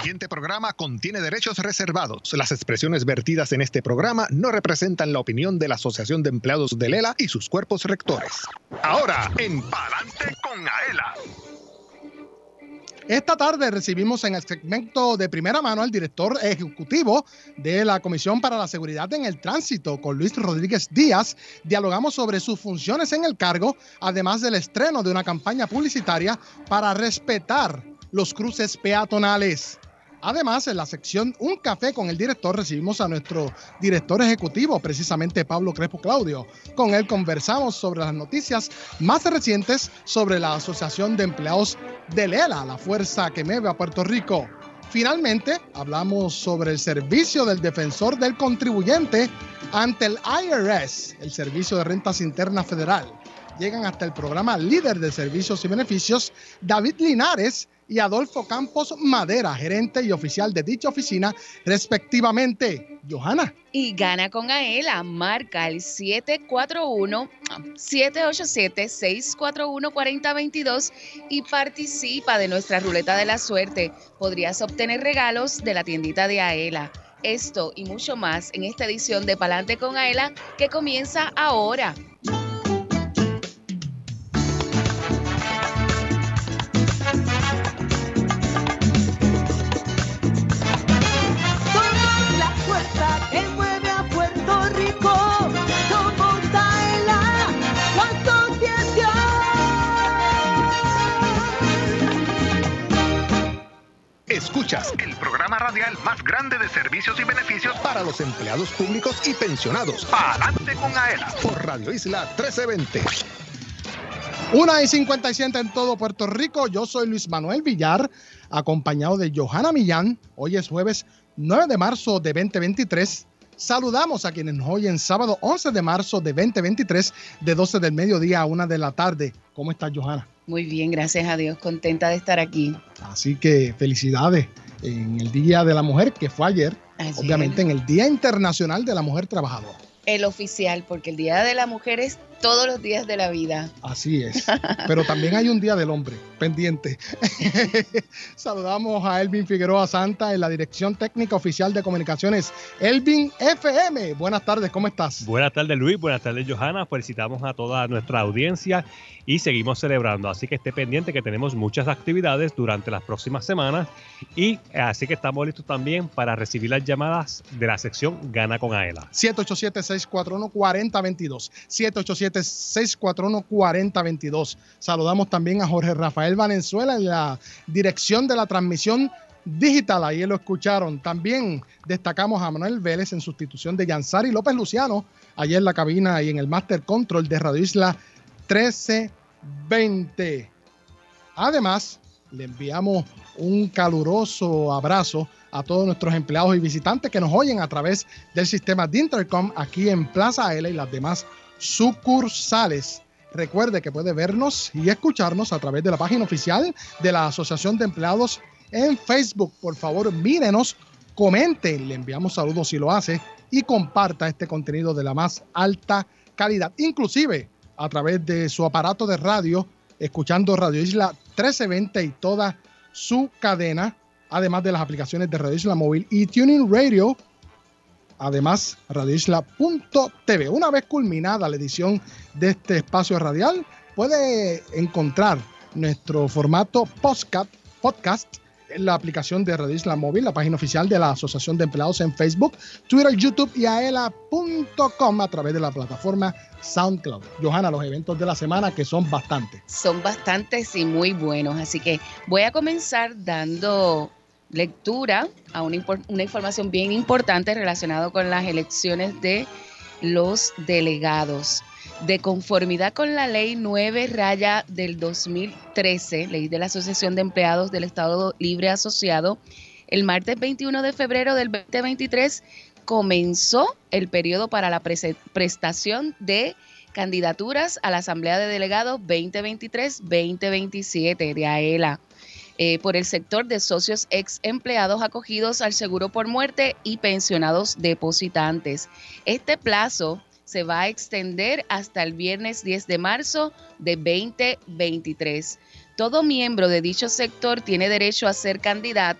siguiente programa contiene derechos reservados. Las expresiones vertidas en este programa no representan la opinión de la Asociación de Empleados de Lela y sus cuerpos rectores. Ahora, en Palante con Aela. Esta tarde recibimos en el segmento de primera mano al director ejecutivo de la Comisión para la Seguridad en el Tránsito, con Luis Rodríguez Díaz. Dialogamos sobre sus funciones en el cargo, además del estreno de una campaña publicitaria para respetar los cruces peatonales. Además, en la sección Un Café con el Director recibimos a nuestro director ejecutivo, precisamente Pablo Crespo Claudio. Con él conversamos sobre las noticias más recientes sobre la Asociación de Empleados de Lela, la fuerza que mueve a Puerto Rico. Finalmente, hablamos sobre el servicio del defensor del contribuyente ante el IRS, el Servicio de Rentas Internas Federal. Llegan hasta el programa líder de servicios y beneficios, David Linares y Adolfo Campos Madera, gerente y oficial de dicha oficina, respectivamente. Johanna. Y gana con Aela, marca el 787-641-4022 y participa de nuestra ruleta de la suerte. Podrías obtener regalos de la tiendita de Aela. Esto y mucho más en esta edición de Palante con Aela que comienza ahora. Que mueve a Puerto Rico, somos Aela, la asociación. Escuchas el programa radial más grande de servicios y beneficios para los empleados públicos y pensionados. Palante con Aela, por Radio Isla 1320. 1:57 en todo Puerto Rico. Yo soy Luis Manuel Villar, acompañado de Johanna Millán. Hoy es jueves 9 de marzo de 2023. Saludamos a quienes nos oyen sábado 11 de marzo de 2023, de 12 del mediodía a 1 de la tarde. ¿Cómo estás, Johanna? Muy bien, gracias a Dios. Contenta de estar aquí. Así que felicidades en el Día de la Mujer, que fue ayer. Obviamente en el Día Internacional de la Mujer Trabajadora. El oficial, porque el Día de la Mujer es todos los días de la vida. Así es. Pero también hay un Día del Hombre pendiente. Saludamos a Elvin Figueroa Santa en la Dirección Técnica Oficial de Comunicaciones, Elvin FM. Buenas tardes, ¿cómo estás? Buenas tardes, Luis. Buenas tardes, Johanna. Felicitamos a toda nuestra audiencia y seguimos celebrando. Así que esté pendiente que tenemos muchas actividades durante las próximas semanas y así que estamos listos también para recibir las llamadas de la sección Gana con Aela. 787-641-4022. 787-641-4022. Saludamos también a Jorge Rafael Valenzuela en la dirección de la transmisión digital. Ahí lo escucharon. También destacamos a Manuel Vélez en sustitución de Yansari López Luciano, allá en la cabina y en el Master Control de Radio Isla 1320. Además, le enviamos un caluroso abrazo a todos nuestros empleados y visitantes que nos oyen a través del sistema de Intercom aquí en Plaza Aela y las demás sucursales. Recuerde que puede vernos y escucharnos a través de la página oficial de la Asociación de Empleados en Facebook. Por favor, mírenos, comente, le enviamos saludos si lo hace y comparta este contenido de la más alta calidad. Inclusive a través de su aparato de radio, escuchando Radio Isla 1320 y toda su cadena, además de las aplicaciones de Radio Isla Móvil y Tuning Radio, además radioisla.tv. Una vez culminada la edición de este espacio radial, puede encontrar nuestro formato podcast en la aplicación de Radio Isla Móvil, la página oficial de la Asociación de Empleados en Facebook, Twitter, YouTube y aela.com a través de la plataforma SoundCloud. Johanna, los eventos de la semana que son bastantes. Son bastantes y muy buenos, así que voy a comenzar dando lectura a una información bien importante relacionada con las elecciones de los delegados. De conformidad con la Ley 9 del 2013, Ley de la Asociación de Empleados del Estado Libre Asociado, el martes 21 de febrero del 2023 comenzó el periodo para la prestación de candidaturas a la Asamblea de Delegados 2023-2027 de AELA. Por el sector de socios ex empleados acogidos al seguro por muerte y pensionados depositantes. Este plazo se va a extender hasta el viernes 10 de marzo de 2023. Todo miembro de dicho sector tiene derecho a ser candidato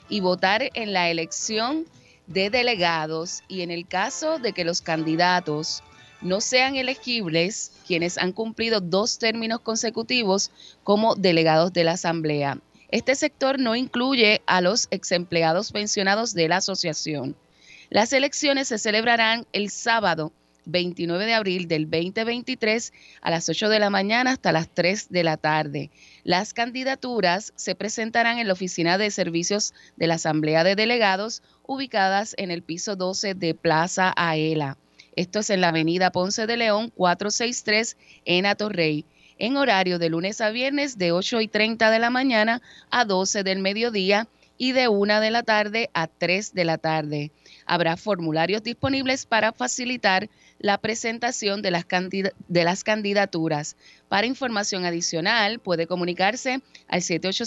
y votar en la elección de delegados, y en el caso de que los candidatos no sean elegibles, quienes han cumplido 2 términos consecutivos como delegados de la Asamblea. Este sector no incluye a los exempleados pensionados de la asociación. Las elecciones se celebrarán el sábado 29 de abril del 2023 a las 8 de la mañana hasta las 3 de la tarde. Las candidaturas se presentarán en la Oficina de Servicios de la Asamblea de Delegados, ubicadas en el piso 12 de Plaza Aela. Esto es en la avenida Ponce de León 463 en Atorrey, en horario de lunes a viernes de 8:30 de la mañana a 12 del mediodía y de 1 de la tarde a 3 de la tarde. Habrá formularios disponibles para facilitar la presentación de las candidaturas. Para información adicional, puede comunicarse al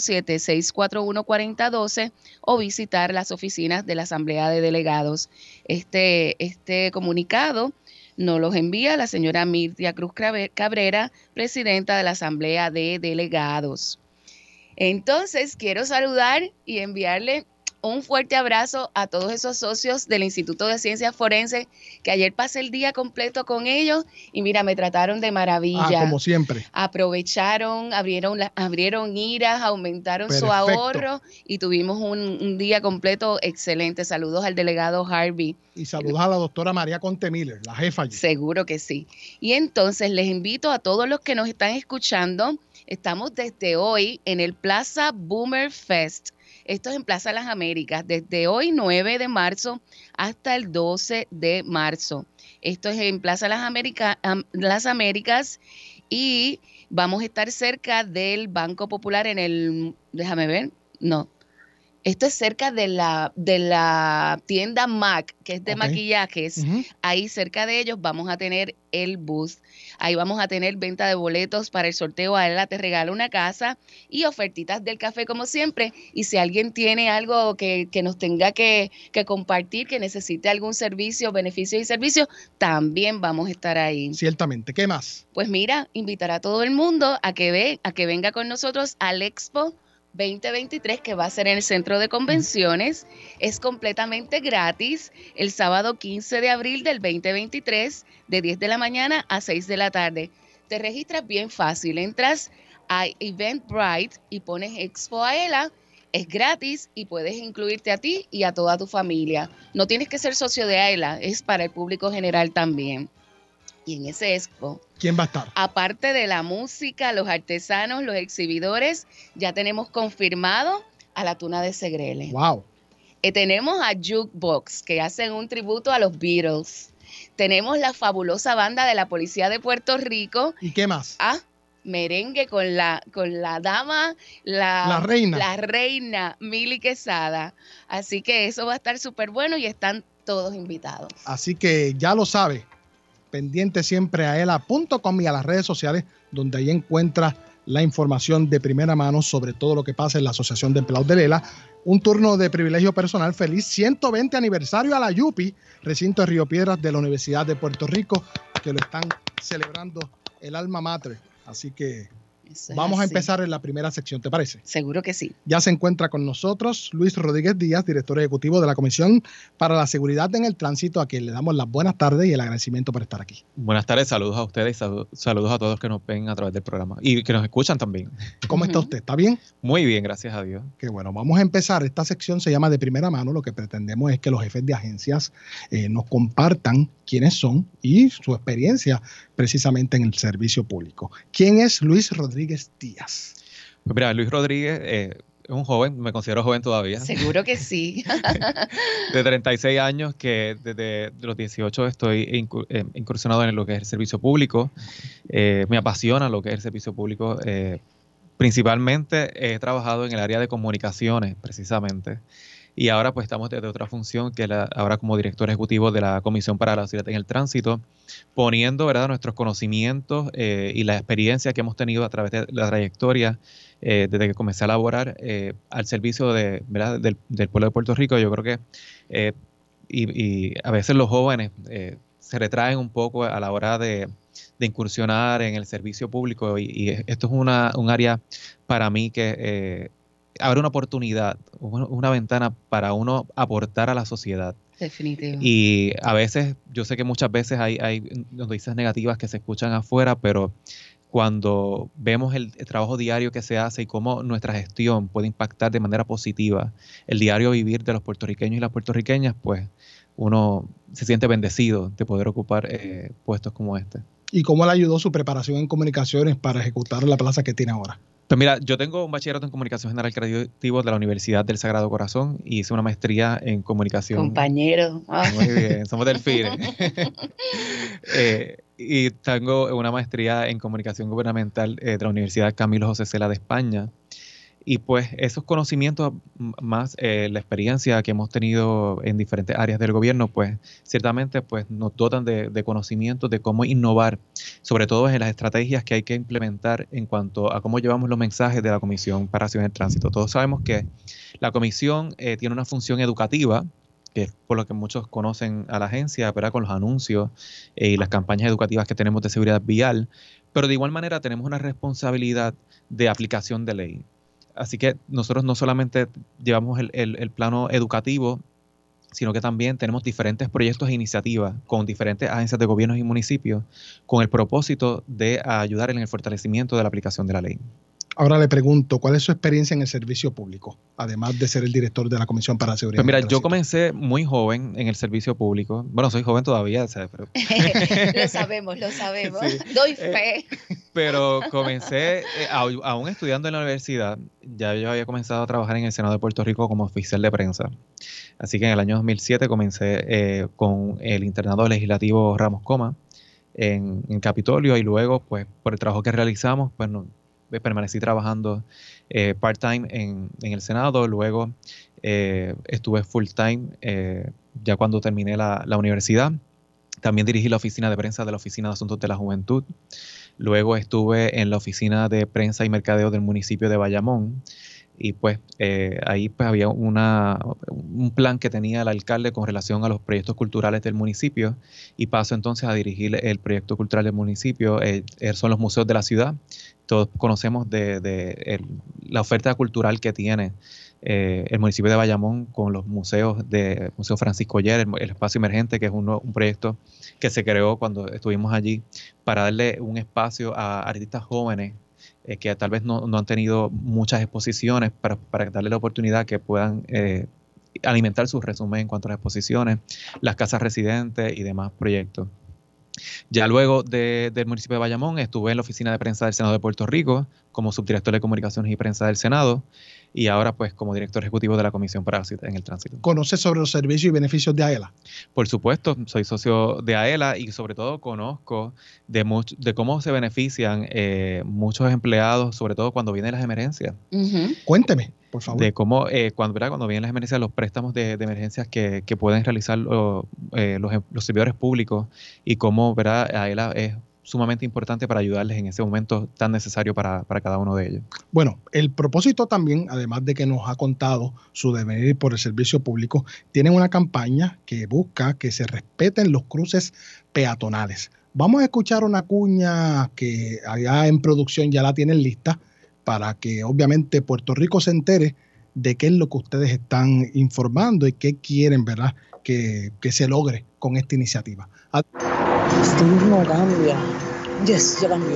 787-641-4012 o visitar las oficinas de la Asamblea de Delegados. Este comunicado nos los envía la señora Mirtia Cruz Cabrera, presidenta de la Asamblea de Delegados. Entonces, quiero saludar y enviarle un fuerte abrazo a todos esos socios del Instituto de Ciencias Forenses, que ayer pasé el día completo con ellos y mira, me trataron de maravilla. Como siempre. Aprovecharon, abrieron iras, aumentaron Perfecto. su ahorro y tuvimos un día completo excelente. Saludos al delegado Harvey. Y saludos a la doctora María Conte Miller, la jefa allí. Seguro que sí. Y entonces les invito a todos los que nos están escuchando. Estamos desde hoy en el Plaza Boomer Fest. Esto es en Plaza Las Américas, desde hoy 9 de marzo hasta el 12 de marzo. Esto es en Plaza Las Américas y vamos a estar cerca del Banco Popular en el, déjame ver, no. Esto es cerca de la tienda MAC, que es de maquillajes. Ujú. Ahí cerca de ellos vamos a tener el booth. Ahí vamos a tener venta de boletos para el sorteo Aela Te Regala una Casa y ofertitas del café como siempre. Y si alguien tiene algo que nos tenga que compartir, que necesite algún servicio, beneficio y servicio, también vamos a estar ahí. Ciertamente. ¿Qué más? Pues mira, invitar a todo el mundo a que venga con nosotros al Expo 2023, que va a ser en el Centro de Convenciones. Es completamente gratis el sábado 15 de abril del 2023 de 10 de la mañana a 6 de la tarde. Te registras bien fácil, entras a Eventbrite y pones Expo Aela, es gratis y puedes incluirte a ti y a toda tu familia. No tienes que ser socio de Aela, es para el público general también. Y en ese expo, ¿Quién va a estar? aparte de la música, los artesanos, los exhibidores, ya tenemos confirmado a la Tuna de Segrele. Wow. Tenemos a Jukebox, que hacen un tributo a los Beatles. Tenemos la fabulosa banda de la Policía de Puerto Rico. ¿Y qué más? Merengue con la dama, La reina. La reina Mili Quesada. Así que eso va a estar súper bueno y están todos invitados. Así que ya lo sabe. Pendiente siempre a ela.com y a las redes sociales, donde ahí encuentra la información de primera mano sobre todo lo que pasa en la Asociación de Empleados de Lela. Un turno de privilegio personal. Feliz 120 aniversario a la YUPI, recinto de Río Piedras de la Universidad de Puerto Rico, que lo están celebrando el alma mater. Así que vamos a empezar en la primera sección, ¿te parece? Seguro que sí. Ya se encuentra con nosotros Luis Rodríguez Díaz, director ejecutivo de la Comisión para la Seguridad en el Tránsito, a quien le damos las buenas tardes y el agradecimiento por estar aquí. Buenas tardes, saludos a ustedes, saludos a todos que nos ven a través del programa y que nos escuchan también. ¿Cómo está usted? ¿Está bien? Muy bien, gracias a Dios. Qué bueno, vamos a empezar. Esta sección se llama De Primera Mano. Lo que pretendemos es que los jefes de agencias nos compartan quiénes son y su experiencia precisamente en el servicio público. ¿Quién es Luis Rodríguez Díaz? Pues mira, Luis Rodríguez es un joven, me considero joven todavía. Seguro que sí. De 36 años, que desde los 18 estoy incursionado en lo que es el servicio público. Me apasiona lo que es el servicio público. Principalmente he trabajado en el área de comunicaciones, precisamente. Y ahora pues estamos desde otra función, que es ahora como director ejecutivo de la Comisión para la Seguridad en el Tránsito, poniendo, ¿verdad?, nuestros conocimientos y la experiencia que hemos tenido a través de la trayectoria desde que comencé a laborar al servicio ¿verdad?, del pueblo de Puerto Rico. Yo creo que y a veces los jóvenes se retraen un poco a la hora de incursionar en el servicio público y esto es un área para mí que abre una oportunidad, una ventana para uno aportar a la sociedad. Definitivo. Y a veces, yo sé que muchas veces hay noticias negativas que se escuchan afuera, pero cuando vemos el trabajo diario que se hace y cómo nuestra gestión puede impactar de manera positiva el diario vivir de los puertorriqueños y las puertorriqueñas, pues uno se siente bendecido de poder ocupar puestos como este. ¿Y cómo le ayudó su preparación en comunicaciones para ejecutar la plaza que tiene ahora? Pues mira, yo tengo un bachillerato en Comunicación General Creativo de la Universidad del Sagrado Corazón y hice una maestría en Comunicación. Compañero. Muy bien, somos delfines. Y tengo una maestría en Comunicación Gubernamental de la Universidad Camilo José Cela de España. Y pues esos conocimientos más la experiencia que hemos tenido en diferentes áreas del gobierno, pues ciertamente pues, nos dotan de conocimientos de cómo innovar, sobre todo en las estrategias que hay que implementar en cuanto a cómo llevamos los mensajes de la Comisión para la Seguridad en el Tránsito. Todos sabemos que la Comisión tiene una función educativa, que es por lo que muchos conocen a la agencia, ¿verdad? Con los anuncios y las campañas educativas que tenemos de seguridad vial, pero de igual manera tenemos una responsabilidad de aplicación de ley. Así que nosotros no solamente llevamos el plano educativo, sino que también tenemos diferentes proyectos e iniciativas con diferentes agencias de gobiernos y municipios con el propósito de ayudar en el fortalecimiento de la aplicación de la ley. Ahora le pregunto, ¿cuál es su experiencia en el servicio público, además de ser el director de la Comisión para la Seguridad? Pues mira, yo comencé muy joven en el servicio público. Bueno, soy joven todavía, ¿sabes? Pero... Lo sabemos. Sí. Doy fe. Pero comencé, aún estudiando en la universidad, ya yo había comenzado a trabajar en el Senado de Puerto Rico como oficial de prensa. Así que en el año 2007 comencé con el internado legislativo Ramos Coma en Capitolio y luego, pues, por el trabajo que realizamos, pues, permanecí trabajando part-time en el Senado, luego estuve full-time ya cuando terminé la universidad. También dirigí la oficina de prensa de la Oficina de Asuntos de la Juventud. Luego estuve en la oficina de prensa y mercadeo del municipio de Bayamón. Y pues ahí pues había un plan que tenía el alcalde con relación a los proyectos culturales del municipio y paso entonces a dirigir el proyecto cultural del municipio. Son los museos de la ciudad. Todos conocemos de la oferta cultural que tiene el municipio de Bayamón con los museos de Museo Francisco Oller, el Espacio Emergente, que es un proyecto que se creó cuando estuvimos allí para darle un espacio a artistas jóvenes que tal vez no han tenido muchas exposiciones para darle la oportunidad que puedan alimentar su resumen en cuanto a las exposiciones, las casas residentes y demás proyectos. Ya luego del municipio de Bayamón estuve en la oficina de prensa del Senado de Puerto Rico como subdirector de comunicaciones y prensa del Senado y ahora pues como director ejecutivo de la Comisión para la Seguridad en el Tránsito. ¿Conoce sobre los servicios y beneficios de AELA? Por supuesto, soy socio de AELA y sobre todo conozco de cómo se benefician muchos empleados, sobre todo cuando vienen las emergencias. Cuénteme, por favor. De cómo cuando vienen las emergencias, los préstamos de emergencias que pueden realizar los servidores públicos y cómo AELA es sumamente importante para ayudarles en ese momento tan necesario para cada uno de ellos. Bueno, el propósito también, además de que nos ha contado su devenir por el servicio público, tienen una campaña que busca que se respeten los cruces peatonales. Vamos a escuchar una cuña que allá en producción ya la tienen lista para que obviamente Puerto Rico se entere de qué es lo que ustedes están informando y qué quieren, ¿verdad?, que se logre con esta iniciativa. Este mismo cambia. Yes, ya cambió.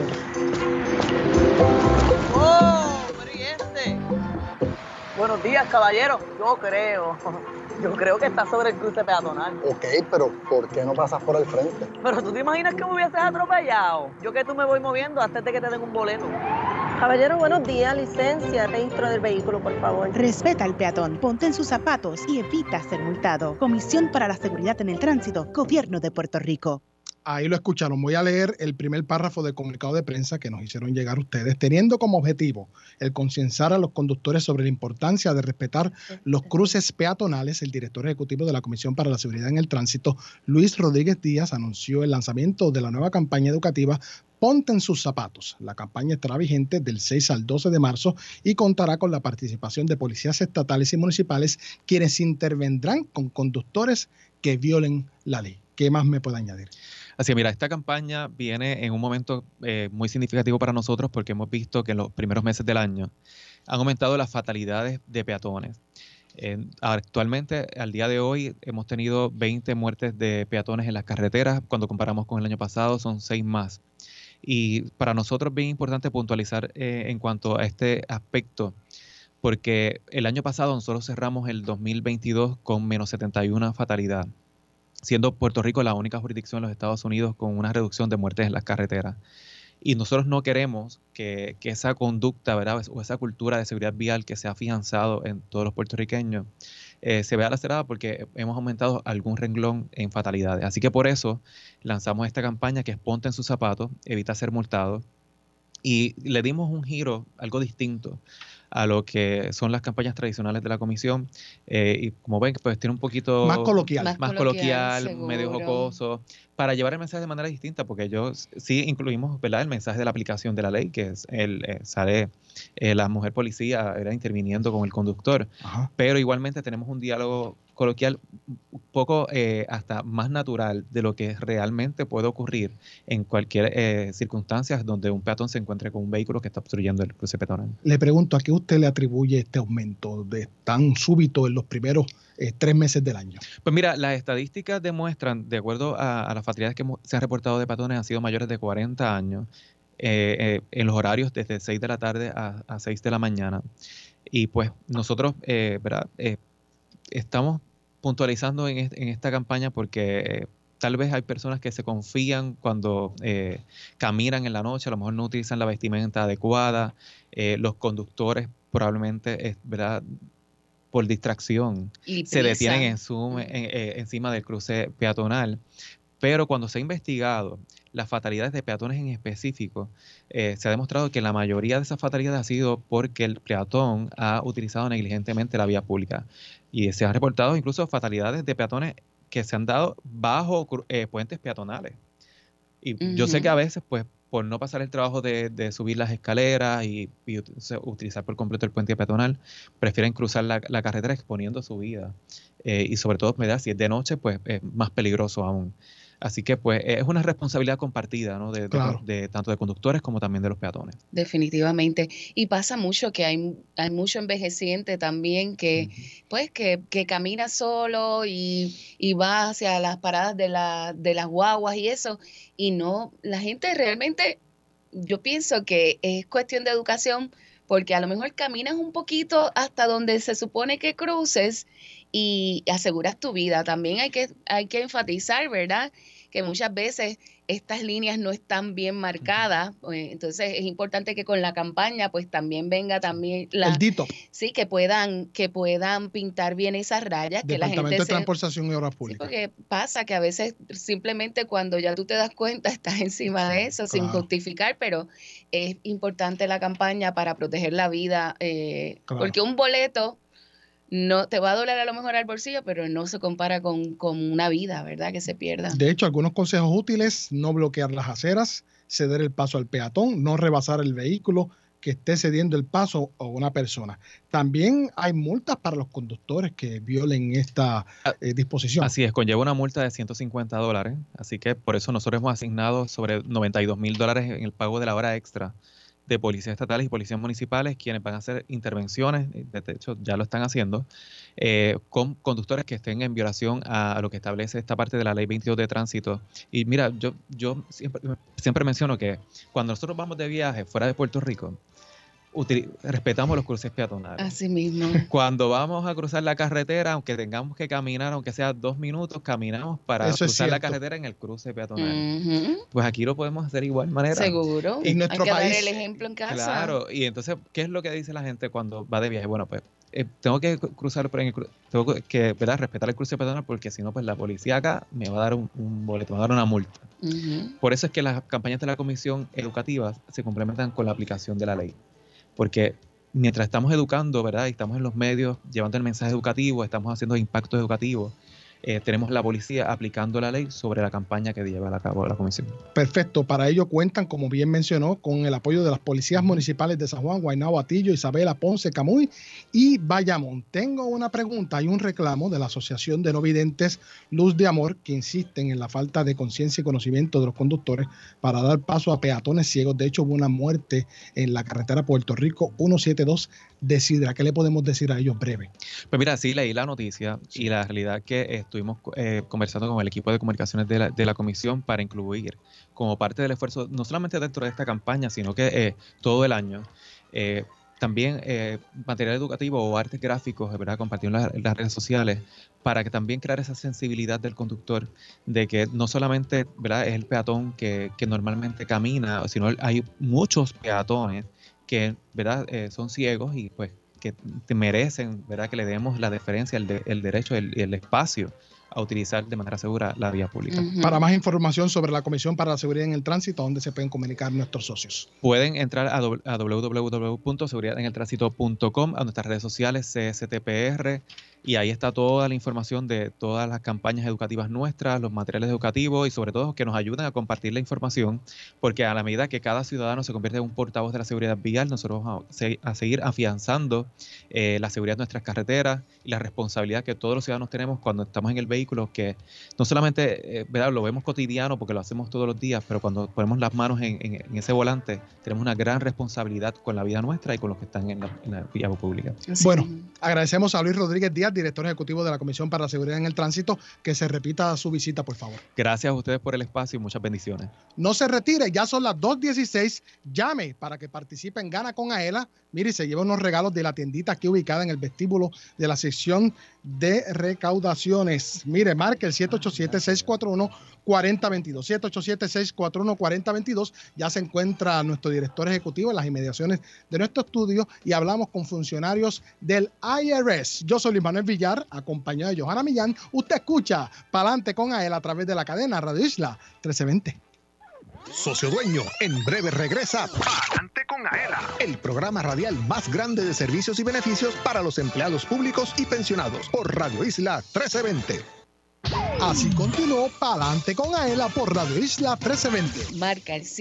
¡Oh! ¿Pero y este? Buenos días, caballero. Yo creo que está sobre el cruce peatonal. Ok, pero ¿por qué no pasas por el frente? Pero tú te imaginas que me hubieses atropellado. Yo que tú me voy moviendo antes de que te den un boleto. Caballero, buenos días. Licencia, registro del vehículo, por favor. Respeta al peatón, ponte en sus zapatos y evita ser multado. Comisión para la Seguridad en el Tránsito, Gobierno de Puerto Rico. Ahí lo escucharon. Voy a leer el primer párrafo del comunicado de prensa que nos hicieron llegar ustedes, teniendo como objetivo el concienciar a los conductores sobre la importancia de respetar los cruces peatonales. El director ejecutivo de la Comisión para la Seguridad en el Tránsito, Luis Rodríguez Díaz, anunció el lanzamiento de la nueva campaña educativa Ponte en sus zapatos. La campaña estará vigente del 6 al 12 de marzo y contará con la participación de policías estatales y municipales, quienes intervendrán con conductores que violen la ley. ¿Qué más me puede añadir? Así que mira, esta campaña viene en un momento muy significativo para nosotros porque hemos visto que en los primeros meses del año han aumentado las fatalidades de peatones. Actualmente, al día de hoy, hemos tenido 20 muertes de peatones en las carreteras. Cuando comparamos con el año pasado, son 6 más. Y para nosotros es bien importante puntualizar en cuanto a este aspecto, porque el año pasado nosotros cerramos el 2022 con menos 71 fatalidad, siendo Puerto Rico la única jurisdicción en los Estados Unidos con una reducción de muertes en las carreteras. Y nosotros no queremos que esa conducta, ¿verdad?, o esa cultura de seguridad vial que se ha afianzado en todos los puertorriqueños se vea lacerada, porque hemos aumentado algún renglón en fatalidades. Así que por eso lanzamos esta campaña que es Ponte en sus zapatos, evita ser multado. Y le dimos un giro, algo distinto a lo que son las campañas tradicionales de la comisión. Y como ven, pues tiene un poquito más coloquial, medio jocoso, para llevar el mensaje de manera distinta, porque sí incluimos, ¿verdad?, el mensaje de la aplicación de la ley, que es sale la mujer policía interviniendo con el conductor. Ajá. Pero igualmente tenemos un diálogo coloquial un poco hasta más natural de lo que realmente puede ocurrir en cualquier circunstancia donde un peatón se encuentre con un vehículo que está obstruyendo el cruce peatonal. Le pregunto, ¿a qué usted le atribuye este aumento de tan súbito en los primeros 3 meses del año? Pues mira, las estadísticas demuestran, de acuerdo a las fatalidades que se han reportado de peatones, han sido mayores de 40 años, en los horarios desde 6 de la tarde a 6 de la mañana. Y pues nosotros, ¿verdad?, estamos puntualizando en esta campaña porque tal vez hay personas que se confían cuando caminan en la noche, a lo mejor no utilizan la vestimenta adecuada, los conductores probablemente, ¿verdad?, por distracción se detienen encima del cruce peatonal. Pero cuando se ha investigado las fatalidades de peatones en específico, se ha demostrado que la mayoría de esas fatalidades ha sido porque el peatón ha utilizado negligentemente la vía pública. Y se han reportado incluso fatalidades de peatones que se han dado bajo puentes peatonales. Y yo sé que a veces, pues, por no pasar el trabajo de subir las escaleras y utilizar por completo el puente peatonal, prefieren cruzar la carretera exponiendo su vida. Y sobre todo, ¿verdad?, si es de noche, pues es más peligroso aún. Así que pues es una responsabilidad compartida, ¿no?, de tanto de conductores como también de los peatones. Definitivamente. Y pasa mucho que hay mucho envejeciente también que pues que camina solo y va hacia las paradas de las guaguas y eso. Y no, la gente realmente, yo pienso que es cuestión de educación, porque a lo mejor caminas un poquito hasta donde se supone que cruces y aseguras tu vida. También hay que enfatizar, ¿verdad?, que muchas veces estas líneas no están bien marcadas. Entonces es importante que con la campaña pues también venga también el DITO. Sí, que puedan pintar bien esas rayas. Departamento de Transportación y Obras Públicas. Sí, porque pasa que a veces simplemente cuando ya tú te das cuenta estás encima de eso, sin justificar, pero es importante la campaña para proteger la vida, porque un boleto no te va a doler a lo mejor al bolsillo, pero no se compara con una vida, ¿verdad?, que se pierda. De hecho, algunos consejos útiles: no bloquear las aceras, ceder el paso al peatón, no rebasar el vehículo que esté cediendo el paso a una persona. También hay multas para los conductores que violen esta disposición. Así es, conlleva una multa de $150, así que por eso nosotros hemos asignado sobre $92,000 en el pago de la hora extra de policías estatales y policías municipales, quienes van a hacer intervenciones, de hecho ya lo están haciendo, con conductores que estén en violación a lo que establece esta parte de la Ley 22 de Tránsito. Y mira, yo siempre menciono que cuando nosotros vamos de viaje fuera de Puerto Rico, respetamos los cruces peatonales. Así mismo. Cuando vamos a cruzar la carretera, aunque tengamos que caminar, aunque sea 2 minutos, caminamos para cruzar la carretera en el cruce peatonal. Pues aquí lo podemos hacer de igual manera. Seguro. En nuestro Hay que país, dar el ejemplo en casa. Claro. Y entonces, ¿qué es lo que dice la gente cuando va de viaje? Bueno, pues tengo que cruzar tengo que, ¿verdad?, respetar el cruce peatonal, porque si no, pues la policía acá me va a dar un boleto, me va a dar una multa. Por eso es que las campañas de la Comisión Educativa se complementan con la aplicación de la ley. Porque mientras estamos educando, ¿verdad?, y estamos en los medios llevando el mensaje educativo, estamos haciendo impactos educativos, tenemos la policía aplicando la ley sobre la campaña que lleva a cabo la comisión. Perfecto. Para ello cuentan, como bien mencionó, con el apoyo de las policías municipales de San Juan, Guaynabo, Atillo, Isabela, Ponce, Camuy y Bayamón. Tengo una pregunta y un reclamo de la Asociación de No Videntes Luz de Amor, que insisten en la falta de conciencia y conocimiento de los conductores para dar paso a peatones ciegos. De hecho, hubo una muerte en la carretera Puerto Rico 172 de Sidra. ¿Qué le podemos decir a ellos breve? Pues mira, sí, leí la noticia y la realidad que estuvimos conversando con el equipo de comunicaciones de la comisión para incluir como parte del esfuerzo, no solamente dentro de esta campaña, sino que todo el año, también material educativo o artes gráficos, ¿verdad? Compartido en las redes sociales, para que también crear esa sensibilidad del conductor de que no solamente, ¿verdad?, es el peatón que normalmente camina, sino hay muchos peatones que, ¿verdad?, son ciegos y pues que merecen, ¿verdad?, que le demos la deferencia, el derecho, el espacio a utilizar de manera segura la vía pública. Para más información sobre la Comisión para la Seguridad en el Tránsito, ¿dónde se pueden comunicar nuestros socios? Pueden entrar a www.seguridadeneltránsito.com, a nuestras redes sociales CSTPR, y ahí está toda la información de todas las campañas educativas nuestras, los materiales educativos y sobre todo que nos ayuden a compartir la información, porque a la medida que cada ciudadano se convierte en un portavoz de la seguridad vial, nosotros vamos a seguir afianzando la seguridad de nuestras carreteras y la responsabilidad que todos los ciudadanos tenemos cuando estamos en el vehículo, que no solamente ¿verdad?, lo vemos cotidiano porque lo hacemos todos los días, pero cuando ponemos las manos en ese volante, tenemos una gran responsabilidad con la vida nuestra y con los que están en la vía pública. Bueno, agradecemos a Luis Rodríguez Díaz, director ejecutivo de la Comisión para la Seguridad en el Tránsito, que se repita su visita, por favor. Gracias a ustedes por el espacio y muchas bendiciones. No se retire, ya son las 2:16. Llame para que participe en Gana con Aela. Mire, se lleva unos regalos de la tiendita aquí ubicada en el vestíbulo de la sección de recaudaciones. Mire, marque el 787-641-4022. 787-641-4022. Ya se encuentra nuestro director ejecutivo en las inmediaciones de nuestro estudio y hablamos con funcionarios del IRS. Yo soy Luis Manuel Villar, acompañado de Johanna Millán. Usted escucha Pa'lante con Aela a través de la cadena Radio Isla 1320. Socio Dueño, en breve regresa Pa'lante con Aela, el programa radial más grande de servicios y beneficios para los empleados públicos y pensionados por Radio Isla 1320. Así continuó Pa'lante con Aela por Radio Isla 1320. Marca el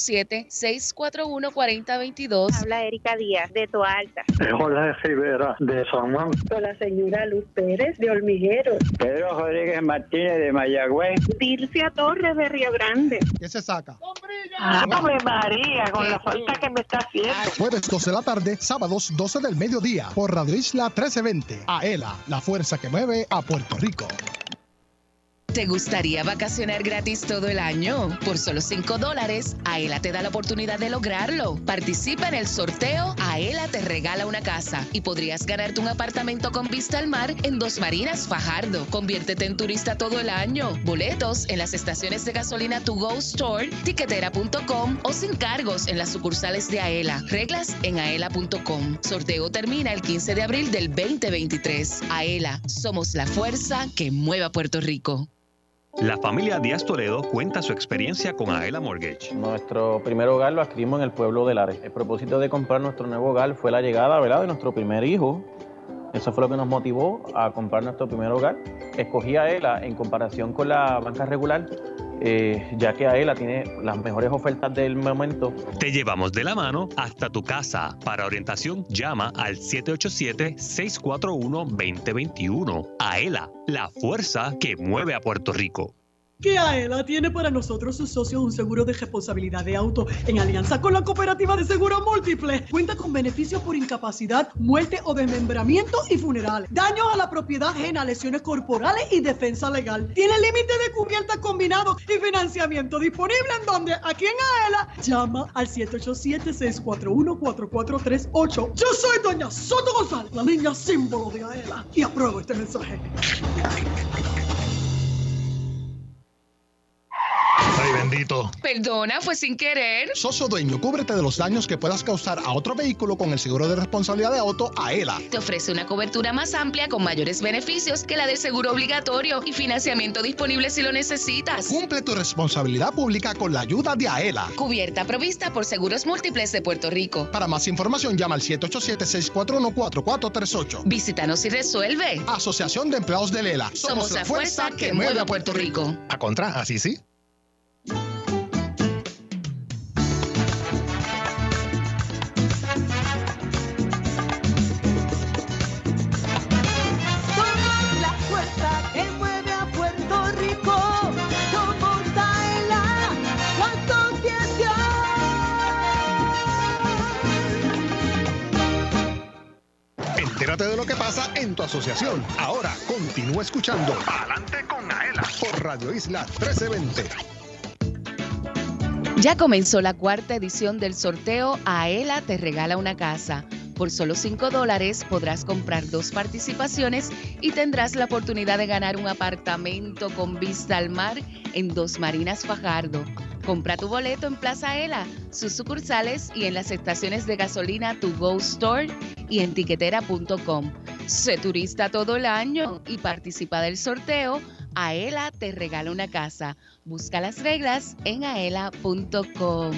787-641-4022. Habla Erika Díaz, de Toalta. Jorge Rivera, de San Juan. Con la señora Luz Pérez, de Hormigueros. Pedro Rodríguez Martínez, de Mayagüez. Dircia Torres, de Río Grande. ¿Qué se saca? ¡Ave María! Con la falta que me está haciendo. Jueves 12 de la tarde, sábados 12 del mediodía, por Radio Isla 1320. Aela, la fuerza que mueve a Puerto Rico. ¿Te gustaría vacacionar gratis todo el año? Por solo $5, Aela te da la oportunidad de lograrlo. Participa en el sorteo Aela te regala una casa y podrías ganarte un apartamento con vista al mar en Dos Marinas, Fajardo. Conviértete en turista todo el año. Boletos en las estaciones de gasolina To Go Store, tiquetera.com o sin cargos en las sucursales de Aela. Reglas en aela.com. Sorteo termina el 15 de abril del 2023. Aela, somos la fuerza que mueve a Puerto Rico. La familia Díaz Toledo cuenta su experiencia con Aela Mortgage. Nuestro primer hogar lo adquirimos en el pueblo de Lares. El propósito de comprar nuestro nuevo hogar fue la llegada, ¿verdad?, de nuestro primer hijo. Eso fue lo que nos motivó a comprar nuestro primer hogar. Escogí a Aela en comparación con la banca regular, ya que Aela tiene las mejores ofertas del momento. Te llevamos de la mano hasta tu casa. Para orientación, llama al 787-641-2021. Aela, la fuerza que mueve a Puerto Rico. Que Aela tiene para nosotros sus socios un seguro de responsabilidad de auto en alianza con la Cooperativa de Seguro Múltiple. Cuenta con beneficios por incapacidad, muerte o desmembramiento y funerales, daños a la propiedad ajena, lesiones corporales y defensa legal. Tiene límite de cubierta combinado y financiamiento disponible en donde, aquí en Aela, llama al 787-641-4438. Yo soy doña Soto González, la niña símbolo de Aela, y apruebo este mensaje. Ay, bendito. Perdona, fue sin querer. Socio Dueño, cúbrete de los daños que puedas causar a otro vehículo con el seguro de responsabilidad de auto Aela. Te ofrece una cobertura más amplia con mayores beneficios que la del seguro obligatorio y financiamiento disponible si lo necesitas. Cumple tu responsabilidad pública con la ayuda de Aela. Cubierta provista por Seguros Múltiples de Puerto Rico. Para más información, llama al 787-641-4438. Visítanos y resuelve. Asociación de Empleados de Lela. Somos la fuerza que mueve a Puerto Rico. A contra, así sí. La fuerza que mueve a Puerto Rico, somos Aela, la asociación. que pasa en tu asociación. Ahora continúa escuchando Adelante con Aela por Radio Isla 1320. Ya comenzó la cuarta edición del sorteo Aela te regala una casa. Por solo $5 podrás comprar 2 participaciones y tendrás la oportunidad de ganar un apartamento con vista al mar en Dos Marinas Fajardo. Compra tu boleto en Plaza Aela, sus sucursales y en las estaciones de gasolina To Go Store y en tiquetera.com. Sé turista todo el año y participa del sorteo Aela te regala una casa. Busca las reglas en aela.com.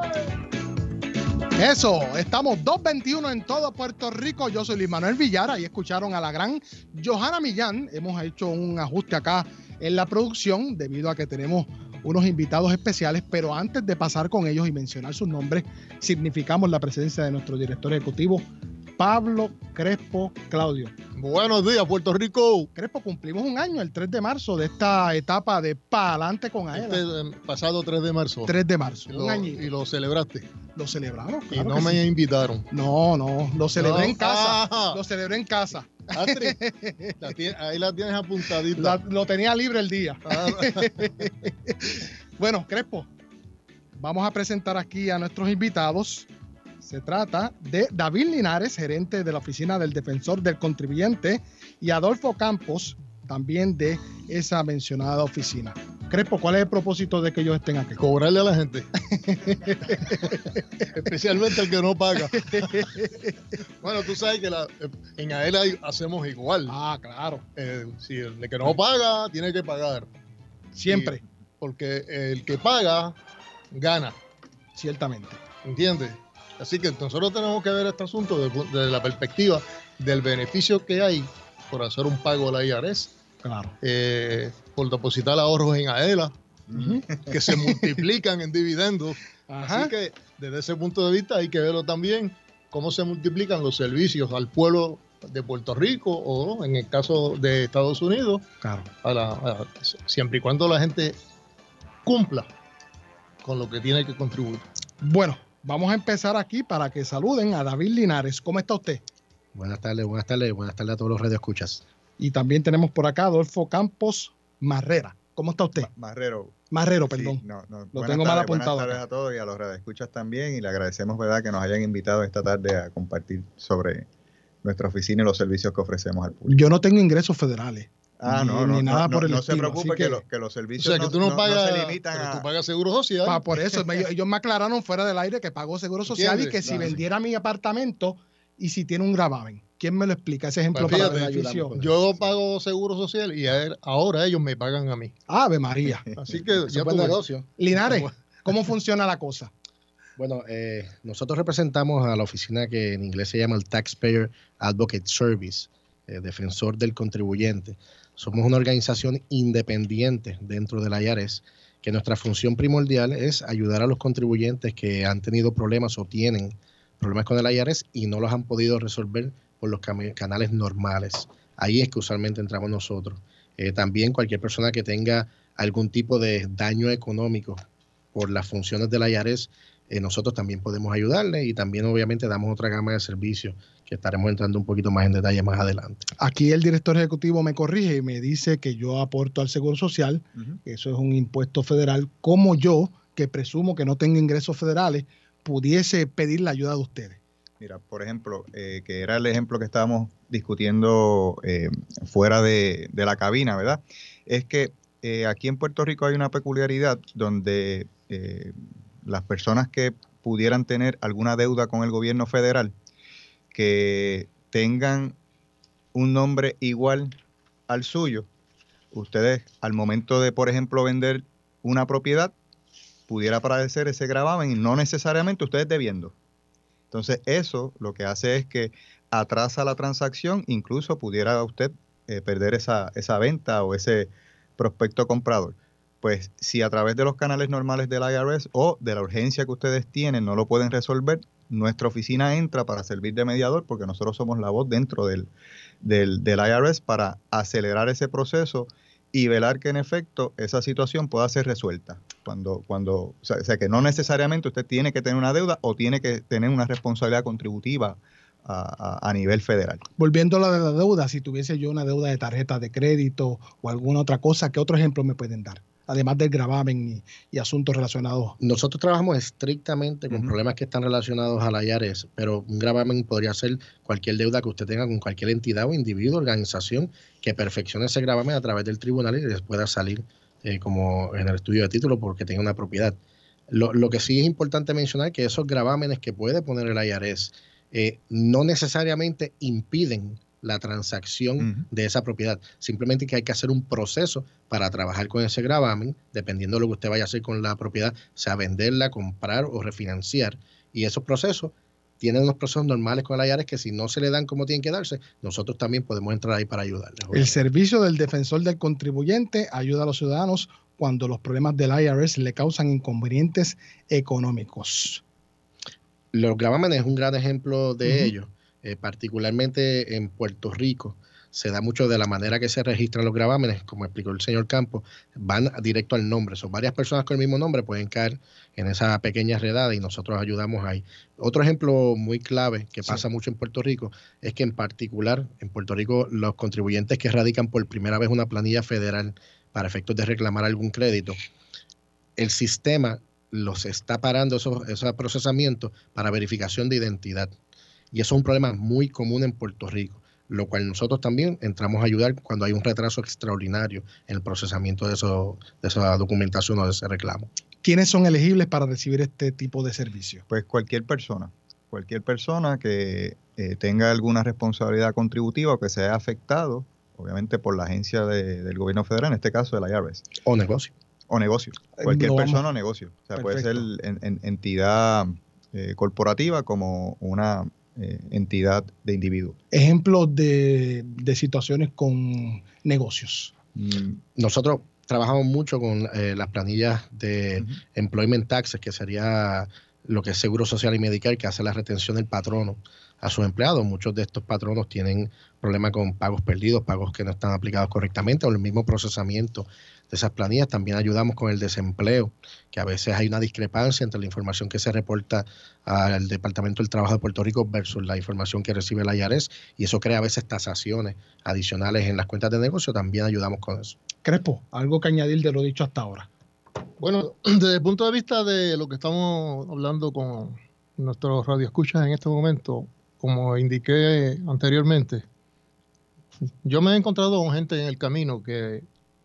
Eso, estamos 2:21 en todo Puerto Rico. Yo soy Luis Manuel Villar, y escucharon a la gran Johanna Millán. Hemos hecho un ajuste acá en la producción debido a que tenemos unos invitados especiales, pero antes de pasar con ellos y mencionar sus nombres, significamos la presencia de nuestro director ejecutivo, Pablo Crespo Claudio. Buenos días, Puerto Rico. Crespo, cumplimos un año, el 3 de marzo, de esta etapa de Pa'lante con Aela. Pasado 3 de marzo. 3 de marzo, un año. ¿Y lo celebraste? Lo celebramos, claro. Y no me invitaron. No, lo celebré en casa. Lo celebré en casa. Astrid, ahí la tienes apuntadita. Lo tenía libre el día. Bueno, Crespo, vamos a presentar aquí a nuestros invitados. Se trata de David Linares, gerente de la Oficina del Defensor del Contribuyente, y Adolfo Campos, también de esa mencionada oficina. Crespo, ¿cuál es el propósito de que ellos estén aquí? Cobrarle a la gente. Especialmente el que no paga. Bueno, tú sabes que en Aela hacemos igual. Ah, claro. Si el que no paga, tiene que pagar. Siempre. Porque el que paga, gana. Ciertamente. ¿Entiendes? Así que nosotros tenemos que ver este asunto desde la perspectiva del beneficio que hay por hacer un pago a la IRS. Claro. Por depositar ahorros en Aela, que se multiplican en dividendos. Ajá. Así que desde ese punto de vista hay que verlo también, cómo se multiplican los servicios al pueblo de Puerto Rico o en el caso de Estados Unidos, claro, siempre y cuando la gente cumpla con lo que tiene que contribuir. Bueno, vamos a empezar aquí para que saluden a David Linares. ¿Cómo está usted? Buenas tardes a todos los radioescuchas. Y también tenemos por acá a Adolfo Campos Marrera. ¿Cómo está usted? Marrero, perdón. Sí, lo tengo mal apuntado. Buenas tardes a todos y a los radioescuchas también, y le agradecemos, ¿verdad?, que nos hayan invitado esta tarde a compartir sobre nuestra oficina y los servicios que ofrecemos al público. Yo no tengo ingresos federales. No se preocupe que los servicios, o sea, que tú no se limitan a... Tú pagas seguro social. Por eso, ellos me aclararon fuera del aire que pago seguro social y que si vendiera mi apartamento y si tiene un gravamen. ¿Quién me lo explica? Ese ejemplo para el beneficio. Yo pago seguro social y ahora ellos me pagan a mí. Ave María. Así que ya buen negocio. Linares, ¿cómo funciona la cosa? Bueno, nosotros representamos a la oficina que en inglés se llama el Taxpayer Advocate Service, defensor del contribuyente. Somos una organización independiente dentro del IRS, que nuestra función primordial es ayudar a los contribuyentes que han tenido problemas o tienen problemas con el IRS y no los han podido resolver por los canales normales. Ahí es que usualmente entramos nosotros. También cualquier persona que tenga algún tipo de daño económico por las funciones del IRS, nosotros también podemos ayudarle, y también obviamente damos otra gama de servicios que estaremos entrando un poquito más en detalle más adelante. Aquí el director ejecutivo me corrige y me dice que yo aporto al Seguro Social, que eso es un impuesto federal. ¿Cómo yo, que presumo que no tengo ingresos federales, pudiese pedir la ayuda de ustedes? Mira, por ejemplo, que era el ejemplo que estábamos discutiendo fuera de la cabina, ¿verdad? Es que aquí en Puerto Rico hay una peculiaridad donde las personas que pudieran tener alguna deuda con el gobierno federal, que tengan un nombre igual al suyo, ustedes al momento de, por ejemplo, vender una propiedad, pudiera aparecer ese gravamen y no necesariamente ustedes debiendo. Entonces eso lo que hace es que atrasa la transacción, incluso pudiera usted perder esa venta o ese prospecto comprador. Pues si a través de los canales normales del IRS o de la urgencia que ustedes tienen no lo pueden resolver, nuestra oficina entra para servir de mediador, porque nosotros somos la voz dentro del IRS para acelerar ese proceso y velar que en efecto esa situación pueda ser resuelta. O sea que no necesariamente usted tiene que tener una deuda o tiene que tener una responsabilidad contributiva a nivel federal. Volviendo a lo de la deuda, si tuviese yo una deuda de tarjeta de crédito o alguna otra cosa, ¿qué otro ejemplo me pueden dar? Además del gravamen y asuntos relacionados. Nosotros trabajamos estrictamente con problemas que están relacionados a la IRS, pero un gravamen podría ser cualquier deuda que usted tenga con cualquier entidad o individuo, organización, que perfeccione ese gravamen a través del tribunal y les pueda salir como en el estudio de título porque tenga una propiedad. Lo que sí es importante mencionar que esos gravámenes que puede poner el IRS no necesariamente impiden la transacción de esa propiedad. Simplemente que hay que hacer un proceso para trabajar con ese gravamen, dependiendo de lo que usted vaya a hacer con la propiedad, sea venderla, comprar o refinanciar. Y esos procesos tienen unos procesos normales con el IRS que si no se le dan como tienen que darse, nosotros también podemos entrar ahí para ayudarles. El servicio del defensor del contribuyente ayuda a los ciudadanos cuando los problemas del IRS le causan inconvenientes económicos. Los gravámenes es un gran ejemplo de ello. Particularmente en Puerto Rico, se da mucho de la manera que se registran los gravámenes, como explicó el señor Campos, van directo al nombre. Son varias personas con el mismo nombre pueden caer en esa pequeña redada y nosotros ayudamos ahí. Otro ejemplo muy clave que pasa mucho en Puerto Rico es que en particular en Puerto Rico los contribuyentes que radican por primera vez una planilla federal para efectos de reclamar algún crédito, el sistema los está parando esos procesamientos para verificación de identidad. Y eso es un problema muy común en Puerto Rico, lo cual nosotros también entramos a ayudar cuando hay un retraso extraordinario en el procesamiento de esa documentación o de ese reclamo. ¿Quiénes son elegibles para recibir este tipo de servicio? Pues cualquier persona que tenga alguna responsabilidad contributiva o que sea afectado, obviamente por la agencia del gobierno federal, en este caso del IRS. O negocio. Cualquier persona o negocio. O sea, puede ser entidad corporativa como una entidad de individuo. Ejemplos de situaciones con negocios. Nosotros trabajamos mucho con las planillas de employment taxes, que sería lo que es Seguro Social y Medicare, que hace la retención del patrono a sus empleados. Muchos de estos patronos tienen problemas con pagos perdidos, pagos que no están aplicados correctamente o el mismo procesamiento de esas planillas. También ayudamos con el desempleo, que a veces hay una discrepancia entre la información que se reporta al Departamento del Trabajo de Puerto Rico versus la información que recibe la IRS, y eso crea a veces tasaciones adicionales en las cuentas de negocio. También ayudamos con eso. Crespo, algo que añadir de lo dicho hasta ahora. Bueno, desde el punto de vista de lo que estamos hablando con nuestros radioescuchas en este momento, como indiqué anteriormente, yo me he encontrado con gente en el camino que,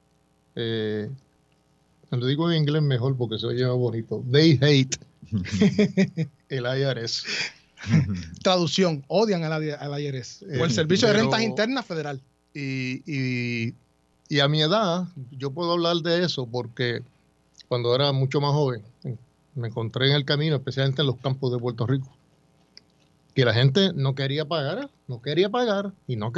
lo digo en inglés mejor porque se oye bonito, they hate el IRS. Traducción, odian al IRS o el Servicio de Rentas Internas Federal. Y a mi edad, yo puedo hablar de eso porque cuando era mucho más joven, me encontré en el camino, especialmente en los campos de Puerto Rico, que la gente no quería pagar. Y no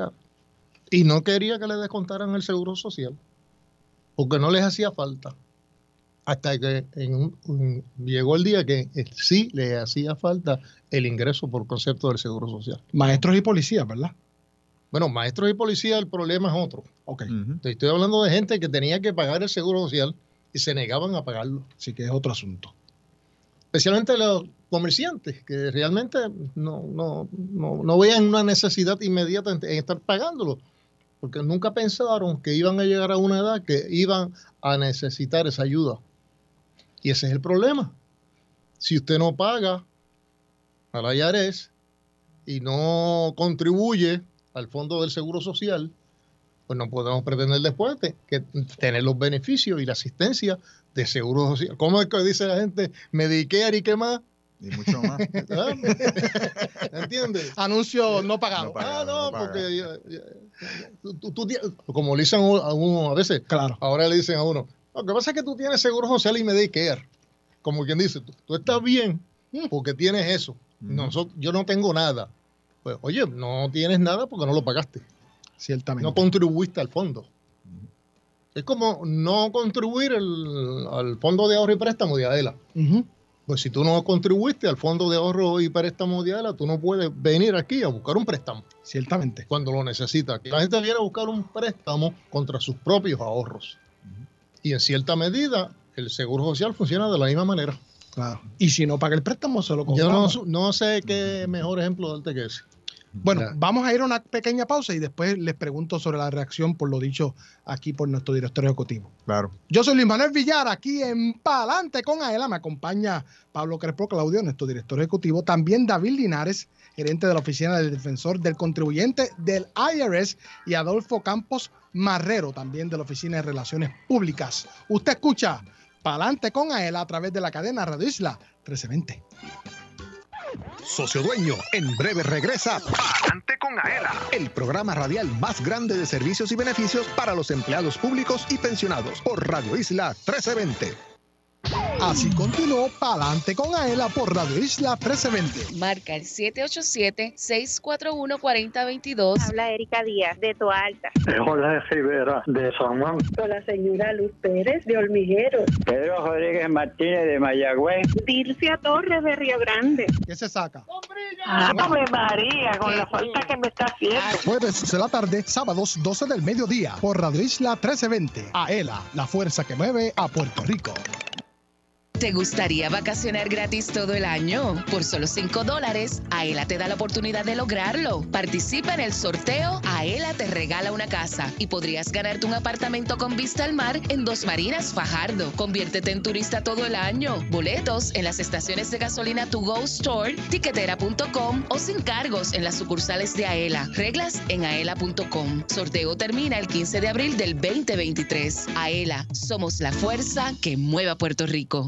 quería que le descontaran el seguro social, porque no les hacía falta. Hasta que llegó el día que sí les hacía falta el ingreso por concepto del seguro social. Maestros y policías, ¿verdad? Bueno, maestros y policías, el problema es otro. Estoy hablando de gente que tenía que pagar el seguro social y se negaban a pagarlo. Sí, que es otro asunto. Especialmente los comerciantes, que realmente no veían una necesidad inmediata en estar pagándolo, porque nunca pensaron que iban a llegar a una edad que iban a necesitar esa ayuda. Y ese es el problema. Si usted no paga a la IRS y no contribuye al Fondo del Seguro Social, pues no podemos pretender después que tener los beneficios y la asistencia de seguro social. ¿Cómo es que dice la gente? Medicare y qué más. Y mucho más. ¿Entiendes? Anuncio no pagado. Porque tú como le dicen a uno a veces, claro. Ahora le dicen a uno, lo que pasa es que tú tienes seguro social y Medicare. Como quien dice, tú estás bien porque tienes eso. Yo no tengo nada. Pues, oye, no tienes nada porque no lo pagaste. Ciertamente. No contribuiste al fondo. Es como no contribuir al Fondo de Ahorro y Préstamo de AELA. Pues si tú no contribuiste al Fondo de Ahorro y Préstamo de AELA, tú no puedes venir aquí a buscar un préstamo. Ciertamente. Cuando lo necesitas. La gente viene a buscar un préstamo contra sus propios ahorros. Y en cierta medida, el Seguro Social funciona de la misma manera. Claro. Y si no paga el préstamo, se lo Yo compramos. no sé qué mejor ejemplo darte que ese. Bueno, vamos a ir a una pequeña pausa y después les pregunto sobre la reacción por lo dicho aquí por nuestro director ejecutivo. Claro. Yo soy Luis Manuel Villar, aquí en Palante con Aela. Me acompaña Pablo Crespo Claudio, nuestro director ejecutivo. También David Linares, gerente de la Oficina del Defensor del Contribuyente del IRS. Y Adolfo Campos Marrero, también de la Oficina de Relaciones Públicas. Usted escucha Palante con Aela a través de la cadena Radio Isla 1320. Socio Dueño, en breve regresa Palante con Aela, el programa radial más grande de servicios y beneficios para los empleados públicos y pensionados por Radio Isla 1320. Así continuó Palante con Aela por Radio Isla 1320. Marca el 787-641-4022. Habla Erika Díaz, de Toalta. Jorge Rivera, de San Juan. Con la señora Luz Pérez, de Hormigueros. Pedro Rodríguez Martínez, de Mayagüez. Dircia Torres, de Río Grande. ¿Qué se saca? Ave María, con la falta que me está haciendo. Jueves de la tarde, sábados 12 del mediodía por Radio Isla 1320. Aela, la fuerza que mueve a Puerto Rico. ¿Te gustaría vacacionar gratis todo el año? Por solo $5, Aela te da la oportunidad de lograrlo. Participa en el sorteo Aela te regala una casa y podrías ganarte un apartamento con vista al mar en Dos Marinas, Fajardo. Conviértete en turista todo el año. Boletos en las estaciones de gasolina To Go Store, tiquetera.com o sin cargos en las sucursales de Aela. Reglas en aela.com. Sorteo termina el 15 de abril del 2023. Aela, somos la fuerza que mueve a Puerto Rico.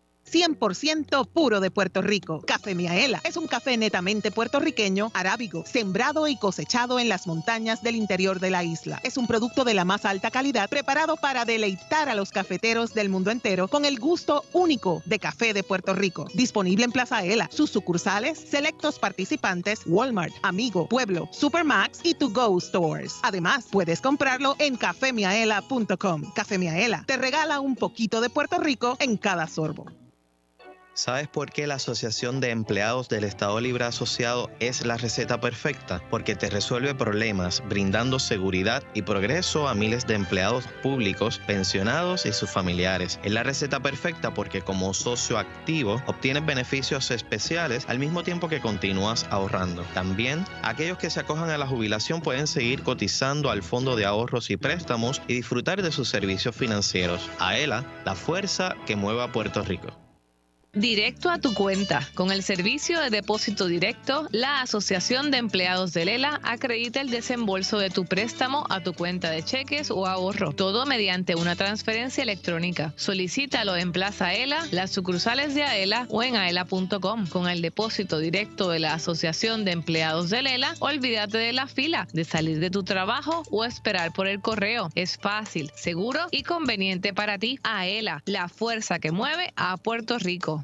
100% puro de Puerto Rico. Café Miaela es un café netamente puertorriqueño, arábigo, sembrado y cosechado en las montañas del interior de la isla. Es un producto de la más alta calidad, preparado para deleitar a los cafeteros del mundo entero con el gusto único de café de Puerto Rico. Disponible en Plaza Aela, sus sucursales, selectos participantes, Walmart, Amigo, Pueblo, Supermax y To Go Stores. Además, puedes comprarlo en cafemiaela.com. Café Miaela te regala un poquito de Puerto Rico en cada sorbo. ¿Sabes por qué la Asociación de Empleados del Estado Libre Asociado es la receta perfecta? Porque te resuelve problemas, brindando seguridad y progreso a miles de empleados públicos, pensionados y sus familiares. Es la receta perfecta porque como socio activo obtienes beneficios especiales al mismo tiempo que continúas ahorrando. También, aquellos que se acojan a la jubilación pueden seguir cotizando al Fondo de Ahorros y Préstamos y disfrutar de sus servicios financieros. Aela, la fuerza que mueve a Puerto Rico. Directo a tu cuenta. Con el servicio de depósito directo, la Asociación de Empleados de Lela acredita el desembolso de tu préstamo a tu cuenta de cheques o ahorro. Todo mediante una transferencia electrónica. Solicítalo en Plaza Aela, las sucursales de Aela o en aela.com. Con el depósito directo de la Asociación de Empleados de Lela, olvídate de la fila, de salir de tu trabajo o esperar por el correo. Es fácil, seguro y conveniente para ti. Aela, la fuerza que mueve a Puerto Rico.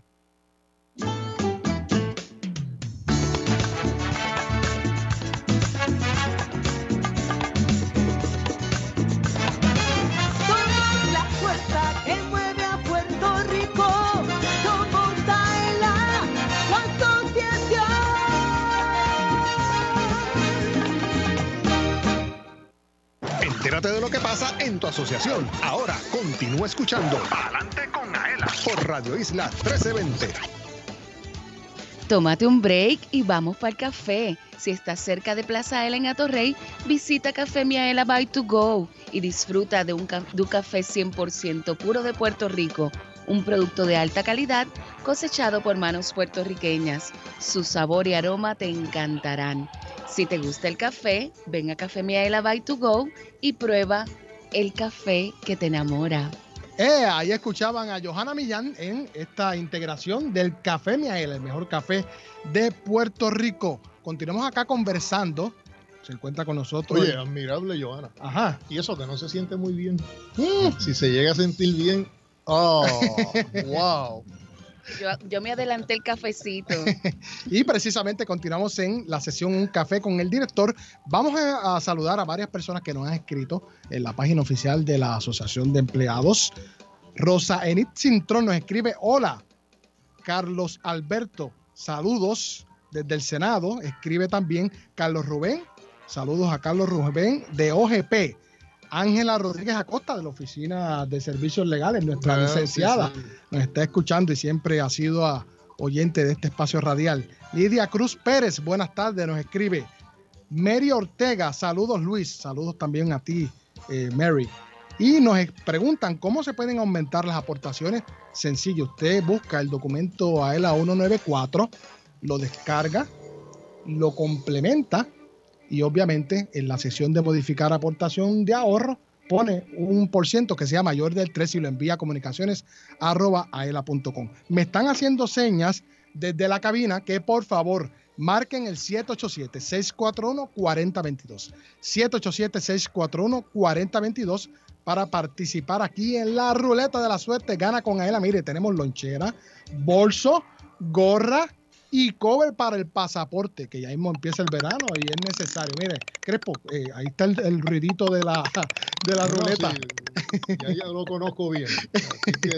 Somos la fuerza que mueve a Puerto Rico. Somos Aela, la asociación. Entérate de lo que pasa en tu asociación. Ahora continúa escuchando Adelante con Aela por Radio Isla 1320. Tómate un break y vamos para el café. Si estás cerca de Plaza Aela en Atorrey, visita Café Miaela by To Go y disfruta de un café 100% puro de Puerto Rico. Un producto de alta calidad cosechado por manos puertorriqueñas. Su sabor y aroma te encantarán. Si te gusta el café, ven a Café Miaela by To Go y prueba el café que te enamora. Ahí escuchaban a Johanna Millán en esta integración del Café Miaela, el mejor café de Puerto Rico. Continuamos acá conversando. Se encuentra con nosotros. Oye, admirable Johanna. Ajá. Y eso que no se siente muy bien. Si se llega a sentir bien. ¡Oh! ¡Wow! Yo me adelanté el cafecito. Y precisamente continuamos en la sesión Un Café con el director. Vamos a saludar a varias personas que nos han escrito en la página oficial de la Asociación de Empleados. Rosa Enid Cintrón nos escribe: hola, Carlos Alberto, saludos desde el Senado. Escribe también Carlos Rubén, saludos a Carlos Rubén de OGP. Ángela Rodríguez Acosta, de la Oficina de Servicios Legales, nuestra licenciada, nos está escuchando y siempre ha sido oyente de este espacio radial. Lidia Cruz Pérez, buenas tardes, nos escribe. Mary Ortega, saludos Luis, saludos también a ti, Mary. Y nos preguntan cómo se pueden aumentar las aportaciones. Sencillo, usted busca el documento AELA 194, lo descarga, lo complementa y obviamente en la sección de modificar aportación de ahorro pone un % que sea mayor del 3 y lo envía a comunicaciones@aela.com. Me están haciendo señas desde la cabina que por favor marquen el 787-641-4022. 787-641-4022 para participar aquí en la ruleta de la suerte. Gana con Aela. Mire, tenemos lonchera, bolso, gorra y cover para el pasaporte, que ya mismo empieza el verano y es necesario. Mire, Crespo, ahí está el ruidito de la ruleta. Sí, ya lo conozco bien. Así que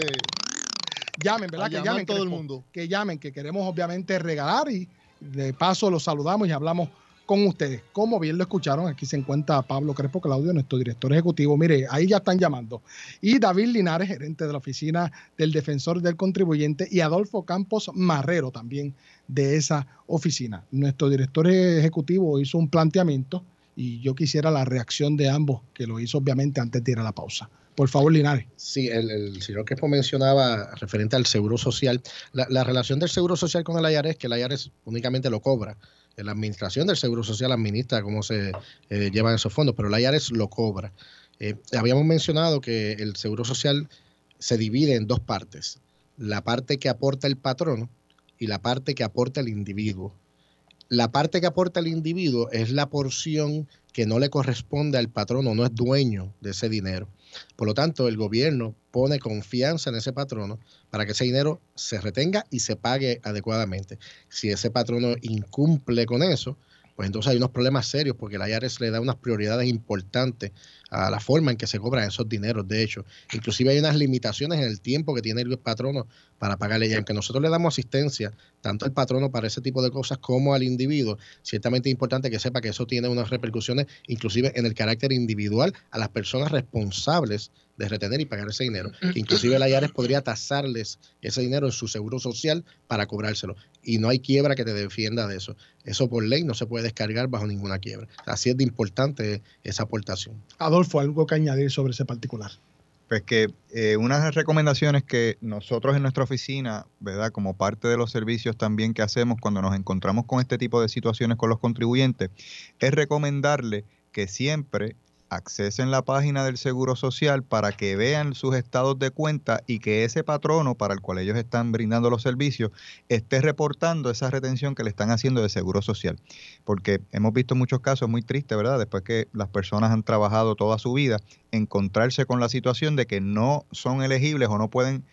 llamen, ¿verdad? Que llamen todo Crespo, el mundo. que llamen, que queremos obviamente regalar y de paso los saludamos y hablamos con ustedes. Como bien lo escucharon, aquí se encuentra Pablo Crespo Claudio, nuestro director ejecutivo. Mire, ahí ya están llamando. Y David Linares, gerente de la Oficina del Defensor del Contribuyente, y Adolfo Campos Marrero, también de esa oficina. Nuestro director ejecutivo hizo un planteamiento y yo quisiera la reacción de ambos, que lo hizo obviamente antes de ir a la pausa. Por favor, Linares. Sí, el señor Crespo mencionaba referente al Seguro Social. La relación del Seguro Social con el IRS, que el IRS únicamente lo cobra. La administración del Seguro Social administra cómo se llevan esos fondos, pero el IRS lo cobra. Habíamos mencionado que el Seguro Social se divide en dos partes. La parte que aporta el patrono y la parte que aporta el individuo. La parte que aporta el individuo es la porción que no le corresponde al patrono, no es dueño de ese dinero. Por lo tanto, el gobierno pone confianza en ese patrono para que ese dinero se retenga y se pague adecuadamente. Si ese patrono incumple con eso, pues entonces hay unos problemas serios porque el IRS le da unas prioridades importantes a la forma en que se cobran esos dineros. De hecho, inclusive hay unas limitaciones en el tiempo que tiene el patrono para pagarle. Y aunque nosotros le damos asistencia tanto al patrono para ese tipo de cosas como al individuo, ciertamente es importante que sepa que eso tiene unas repercusiones inclusive en el carácter individual a las personas responsables de retener y pagar ese dinero. Que inclusive el IRS podría tasarles ese dinero en su seguro social para cobrárselo. Y no hay quiebra que te defienda de eso. Eso por ley no se puede descargar bajo ninguna quiebra. Así es de importante esa aportación. Adolfo, ¿algo que añadir sobre ese particular? Pues que una de las recomendaciones que nosotros en nuestra oficina, ¿verdad? Como parte de los servicios también que hacemos cuando nos encontramos con este tipo de situaciones con los contribuyentes, es recomendarle que siempre accesen la página del Seguro Social para que vean sus estados de cuenta y que ese patrono para el cual ellos están brindando los servicios esté reportando esa retención que le están haciendo de Seguro Social. Porque hemos visto muchos casos muy tristes, ¿verdad? Después que las personas han trabajado toda su vida, encontrarse con la situación de que no son elegibles o no pueden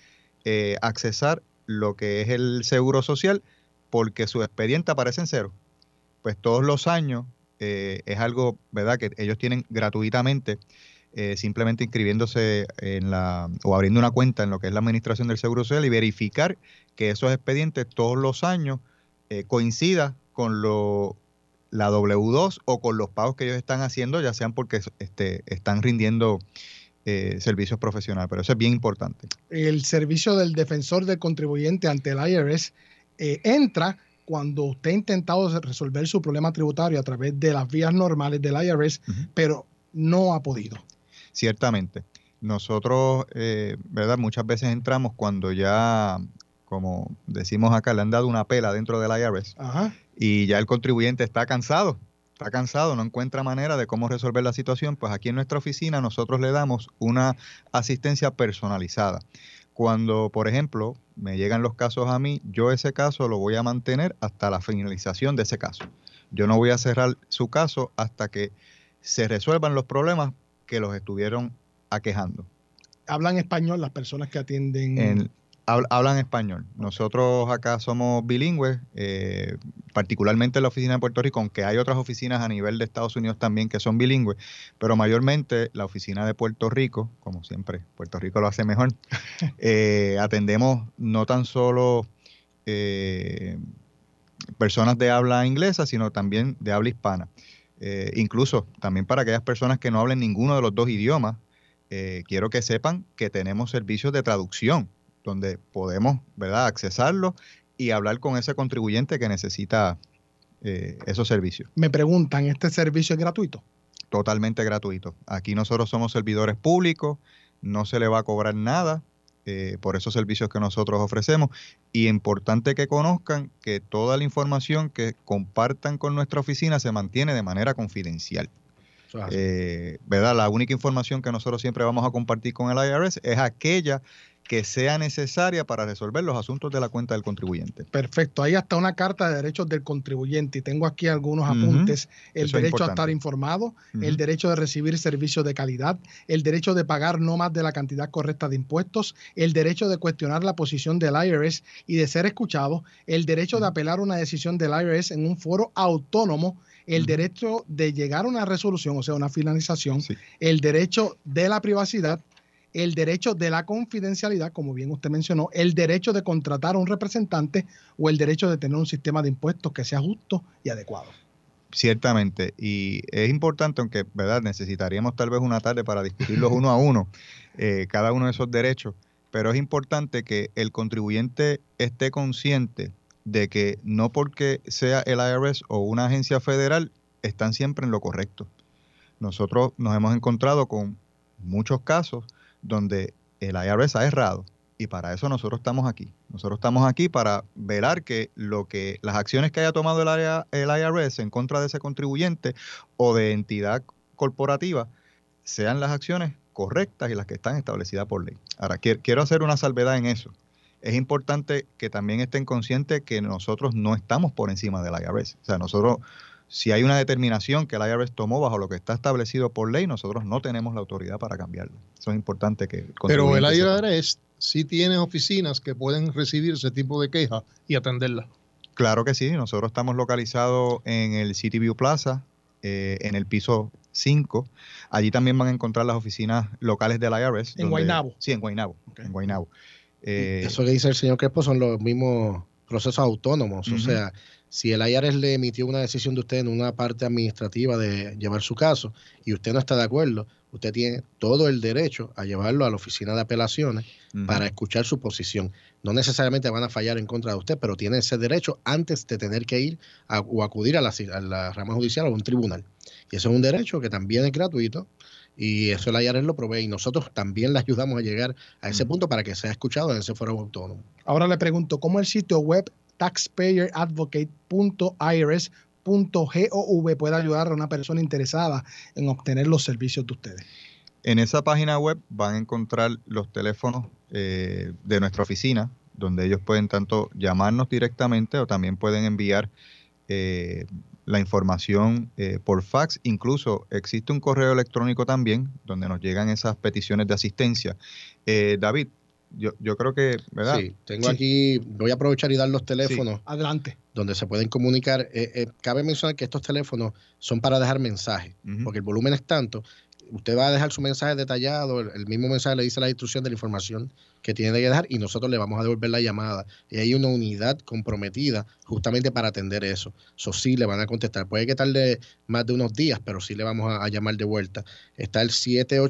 accesar lo que es el Seguro Social porque su expediente aparece en cero. Pues todos los años es algo, ¿verdad?, que ellos tienen gratuitamente, simplemente inscribiéndose o abriendo una cuenta en lo que es la administración del Seguro Social y verificar que esos expedientes todos los años coincida con la W2 o con los pagos que ellos están haciendo, ya sean porque están rindiendo servicios profesionales. Pero eso es bien importante. El servicio del defensor del contribuyente ante el IRS entra cuando usted ha intentado resolver su problema tributario a través de las vías normales del IRS, pero no ha podido. Ciertamente. Nosotros, ¿verdad? Muchas veces entramos cuando ya, como decimos acá, le han dado una pela dentro del IRS. Ajá. Y ya el contribuyente está cansado, no encuentra manera de cómo resolver la situación. Pues aquí en nuestra oficina nosotros le damos una asistencia personalizada. Cuando, por ejemplo, me llegan los casos a mí, yo ese caso lo voy a mantener hasta la finalización de ese caso. Yo no voy a cerrar su caso hasta que se resuelvan los problemas que los estuvieron aquejando. ¿Hablan español las personas que atienden? Hablan español. Nosotros acá somos bilingües, particularmente en la oficina de Puerto Rico, aunque hay otras oficinas a nivel de Estados Unidos también que son bilingües, pero mayormente la oficina de Puerto Rico, como siempre, Puerto Rico lo hace mejor, atendemos no tan solo personas de habla inglesa, sino también de habla hispana. Incluso también para aquellas personas que no hablen ninguno de los dos idiomas, quiero que sepan que tenemos servicios de traducción donde podemos, ¿verdad?, accesarlos y hablar con ese contribuyente que necesita esos servicios. Me preguntan, ¿este servicio es gratuito? Totalmente gratuito. Aquí nosotros somos servidores públicos, no se le va a cobrar nada por esos servicios que nosotros ofrecemos. Y importante que conozcan que toda la información que compartan con nuestra oficina se mantiene de manera confidencial. ¿Verdad? La única información que nosotros siempre vamos a compartir con el IRS es aquella que sea necesaria para resolver los asuntos de la cuenta del contribuyente. Perfecto. Hay hasta una carta de derechos del contribuyente y tengo aquí algunos apuntes. El Eso es derecho a importante. estar informado, el derecho de recibir servicios de calidad, el derecho de pagar no más de la cantidad correcta de impuestos, el derecho de cuestionar la posición del IRS y de ser escuchado, el derecho de apelar una decisión del IRS en un foro autónomo, el derecho de llegar a una resolución, o sea, una finalización, el derecho de la privacidad, el derecho de la confidencialidad, como bien usted mencionó, el derecho de contratar a un representante o el derecho de tener un sistema de impuestos que sea justo y adecuado. Ciertamente, y es importante, aunque ¿verdad?, necesitaríamos tal vez una tarde para discutirlos uno a uno, cada uno de esos derechos, pero es importante que el contribuyente esté consciente de que no porque sea el IRS o una agencia federal están siempre en lo correcto. Nosotros nos hemos encontrado con muchos casos donde el IRS ha errado y para eso nosotros estamos aquí. Nosotros estamos aquí para velar que las acciones que haya tomado el IRS en contra de ese contribuyente o de entidad corporativa sean las acciones correctas y las que están establecidas por ley. Ahora, quiero hacer una salvedad en eso. Es importante que también estén conscientes que nosotros no estamos por encima del IRS. O sea, nosotros, si hay una determinación que el IRS tomó bajo lo que está establecido por ley, nosotros no tenemos la autoridad para cambiarlo. Eso es importante que el Pero el contribuyente IRS sí tiene oficinas que pueden recibir ese tipo de quejas y atenderlas. Claro que sí. Nosotros estamos localizados en el City View Plaza, en el piso 5. Allí también van a encontrar las oficinas locales del IRS. En Guaynabo. Sí, en Guaynabo. Okay. En Guaynabo. Eso que dice el señor Crespo son los mismos procesos autónomos. O sea, si el IRS le emitió una decisión de usted en una parte administrativa de llevar su caso y usted no está de acuerdo, usted tiene todo el derecho a llevarlo a la oficina de apelaciones para escuchar su posición. No necesariamente van a fallar en contra de usted, pero tiene ese derecho antes de tener que ir o acudir a la rama judicial o a un tribunal. Y eso es un derecho que también es gratuito y eso el IRS lo provee y nosotros también le ayudamos a llegar a ese punto para que sea escuchado en ese foro autónomo. Ahora le pregunto, ¿cómo el sitio web taxpayeradvocate.irs.gov puede ayudar a una persona interesada en obtener los servicios de ustedes? En esa página web van a encontrar los teléfonos de nuestra oficina, donde ellos pueden tanto llamarnos directamente o también pueden enviar la información por fax. Incluso existe un correo electrónico también, donde nos llegan esas peticiones de asistencia. David, yo creo que, ¿verdad? Sí, tengo aquí, voy a aprovechar y dar los teléfonos. Sí, adelante. Donde se pueden comunicar. Cabe mencionar que estos teléfonos son para dejar mensajes, porque el volumen es tanto. Usted va a dejar su mensaje detallado, el mismo mensaje le dice la instrucción de la información que tiene que dejar y nosotros le vamos a devolver la llamada. Y hay una unidad comprometida justamente para atender eso. Eso sí le van a contestar. Puede que tarde más de unos días, pero sí le vamos a llamar de vuelta. Está el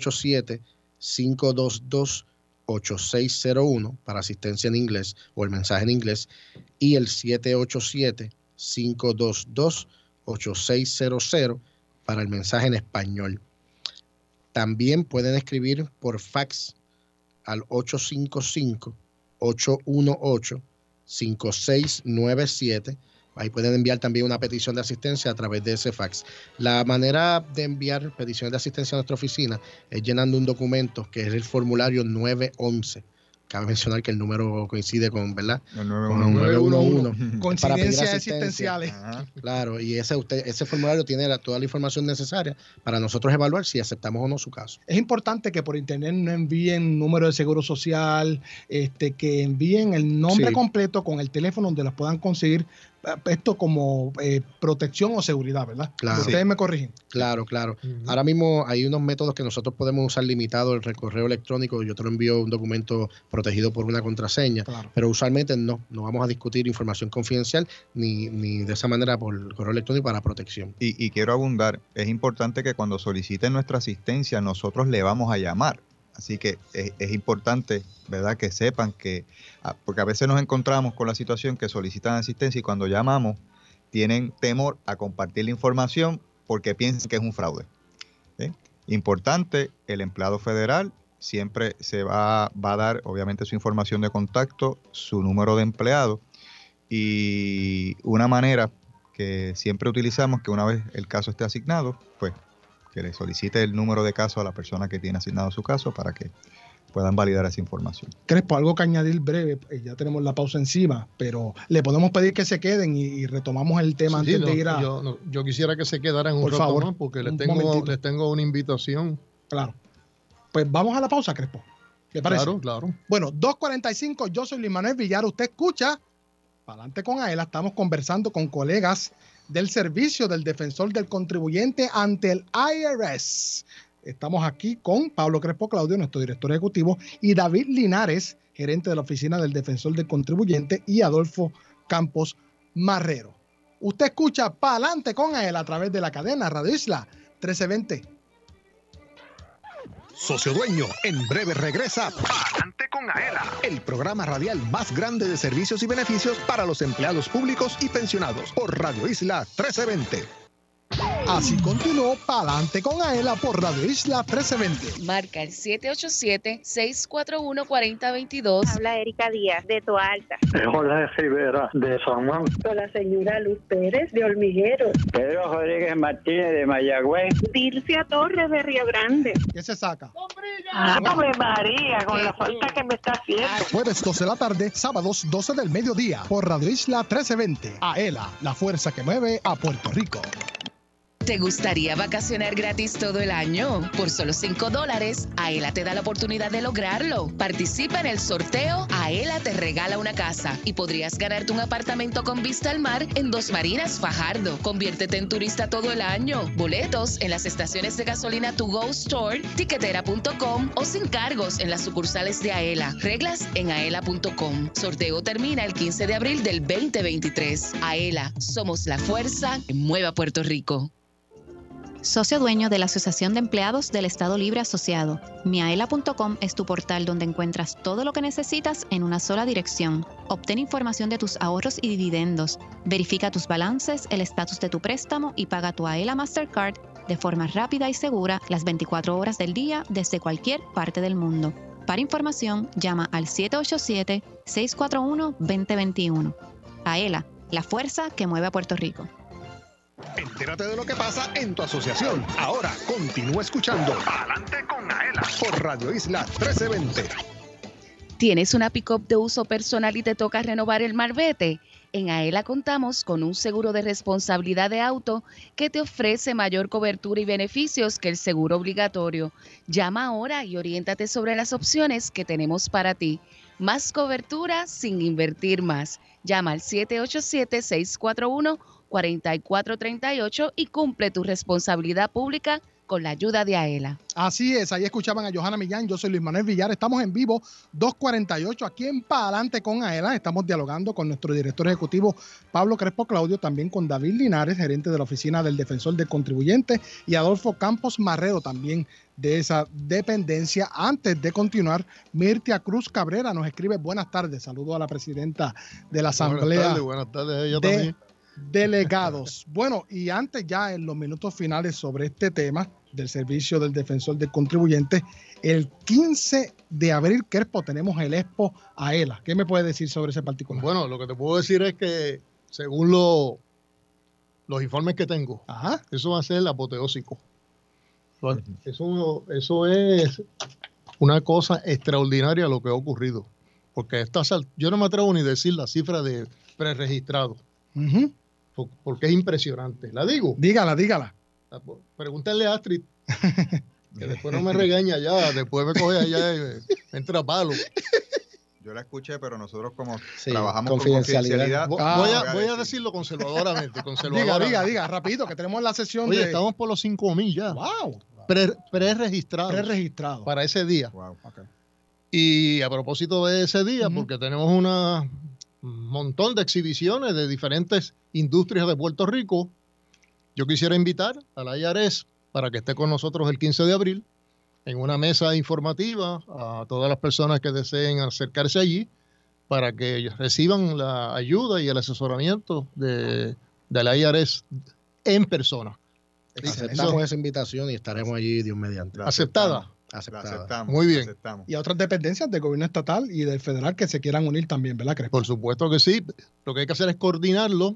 787-522-8601 para asistencia en inglés o el mensaje en inglés y el 787-522-8600 para el mensaje en español. También pueden escribir por fax al 855-818-5697. Ahí pueden enviar también una petición de asistencia a través de ese fax. La manera de enviar peticiones de asistencia a nuestra oficina es llenando un documento que es el formulario 911. Cabe mencionar que el número coincide con, ¿verdad? El 911. Coincidencias existenciales. Claro, y ese formulario tiene toda la información necesaria para nosotros evaluar si aceptamos o no su caso. Es importante que por internet no envíen número de seguro social, que envíen el nombre completo con el teléfono donde los puedan conseguir esto como protección o seguridad, ¿verdad? Claro. Ustedes me corrigen. Claro. Ahora mismo hay unos métodos que nosotros podemos usar limitado el correo electrónico. Yo te lo envío un documento protegido por una contraseña, pero usualmente no vamos a discutir información confidencial ni de esa manera por el correo electrónico para protección. Y quiero abundar, es importante que cuando soliciten nuestra asistencia nosotros le vamos a llamar. Así que es importante, ¿verdad?, que sepan que, porque a veces nos encontramos con la situación que solicitan asistencia y cuando llamamos tienen temor a compartir la información porque piensan que es un fraude. ¿Sí? Importante, el empleado federal siempre se va a dar, obviamente, su información de contacto, su número de empleado y una manera que siempre utilizamos, que una vez el caso esté asignado, pues que le solicite el número de caso a la persona que tiene asignado su caso para que puedan validar esa información. Crespo, algo que añadir breve, ya tenemos la pausa encima, pero le podemos pedir que se queden y retomamos el tema antes de ir a... Yo quisiera que se quedaran un rato más porque les tengo una invitación. Claro. Pues vamos a la pausa, Crespo. ¿Le parece? Claro. Bueno, 2:45, yo soy Luis Manuel Villar, usted escucha Pa'lante con Aela, estamos conversando con colegas del Servicio del Defensor del Contribuyente ante el IRS. Estamos aquí con Pablo Crespo Claudio, nuestro director ejecutivo, y David Linares, gerente de la Oficina del Defensor del Contribuyente, y Adolfo Campos Marrero. Usted escucha Pa'lante con Aela a través de la cadena Radio Isla 1320. Socio Dueño, en breve regresa Pa'lante con Aela, el programa radial más grande de servicios y beneficios para los empleados públicos y pensionados por Radio Isla 1320. Así continuó Pa'lante con Aela por Radio Isla 1320. Marca el 787-641-4022. Habla Erika Díaz, de Toalta. Jorge Rivera, de San Juan. Con la señora Luz Pérez, de Hormigueros. Pedro Rodríguez Martínez, de Mayagüez. Dircia Torres, de Río Grande. ¿Qué se saca? ¡Ave María! Con la falta que me está haciendo. Jueves 12 de la tarde, sábados 12 del mediodía, por Radio Isla 1320. Aela, la fuerza que mueve a Puerto Rico. ¿Te gustaría vacacionar gratis todo el año? Por solo $5, Aela te da la oportunidad de lograrlo. Participa en el sorteo Aela te regala una casa y podrías ganarte un apartamento con vista al mar en Dos Marinas, Fajardo. Conviértete en turista todo el año. Boletos en las estaciones de gasolina To Go Store, tiquetera.com o sin cargos en las sucursales de Aela. Reglas en aela.com. Sorteo termina el 15 de abril del 2023. Aela, somos la fuerza que mueve a Puerto Rico. Socio dueño de la Asociación de Empleados del Estado Libre Asociado. Miaela.com es tu portal donde encuentras todo lo que necesitas en una sola dirección. Obtén información de tus ahorros y dividendos. Verifica tus balances, el estatus de tu préstamo y paga tu Aela Mastercard de forma rápida y segura las 24 horas del día desde cualquier parte del mundo. Para información, llama al 787-641-2021. Aela, la fuerza que mueve a Puerto Rico. Entérate de lo que pasa en tu asociación. Ahora continúa escuchando Pa'lante con Aela por Radio Isla 1320. ¿Tienes una pick-up de uso personal y te toca renovar el marbete? En Aela contamos con un seguro de responsabilidad de auto que te ofrece mayor cobertura y beneficios que el seguro obligatorio. Llama ahora y oriéntate sobre las opciones que tenemos para ti. Más cobertura sin invertir más. Llama al 787-641-4438 y cumple tu responsabilidad pública con la ayuda de Aela. Así es, ahí escuchaban a Johanna Millán, yo soy Luis Manuel Villar, estamos en vivo 2:48 aquí en Pa'lante con Aela, estamos dialogando con nuestro director ejecutivo Pablo Crespo Claudio, también con David Linares, gerente de la Oficina del Defensor del Contribuyente, y Adolfo Campos Marrero, también de esa dependencia. Antes de continuar, Mirtia Cruz Cabrera nos escribe: buenas tardes, saludo a la presidenta de la Asamblea. Buenas tardes a ella también. Delegados. Bueno, y antes ya en los minutos finales sobre este tema del Servicio del Defensor del Contribuyente, el 15 de abril, Crespo, tenemos el Expo Aela. ¿Qué me puede decir sobre ese particular? Bueno, lo que te puedo decir es que según los informes que tengo, eso va a ser apoteósico. Eso es una cosa extraordinaria lo que ha ocurrido, porque yo no me atrevo ni a decir la cifra de preregistrados. Porque es impresionante. ¿La digo? Dígala. Pregúntale a Astrid, que después no me regaña ya, después me coge allá y me entra a palo. Yo la escuché, pero nosotros como Sí, trabajamos con confidencialidad. confidencialidad. Voy a decirlo conservadoramente. Diga, rapidito, que tenemos la sesión Oye, de... estamos por los 5,000 ya. ¡Wow! Pre-registrados. Pre-registrado. Para ese día. Wow. Okay. Y a propósito de ese día, porque tenemos un montón de exhibiciones de diferentes industrias de Puerto Rico, yo quisiera invitar a la IARES para que esté con nosotros el 15 de abril en una mesa informativa a todas las personas que deseen acercarse allí para que reciban la ayuda y el asesoramiento de la IARES en persona. Aceptamos esa invitación y estaremos allí Dios mediante. ¿Aceptada? Aceptada. Muy bien. Y a otras dependencias del gobierno estatal y del federal que se quieran unir también, ¿verdad, Crespo? Por supuesto que sí. Lo que hay que hacer es coordinarlo.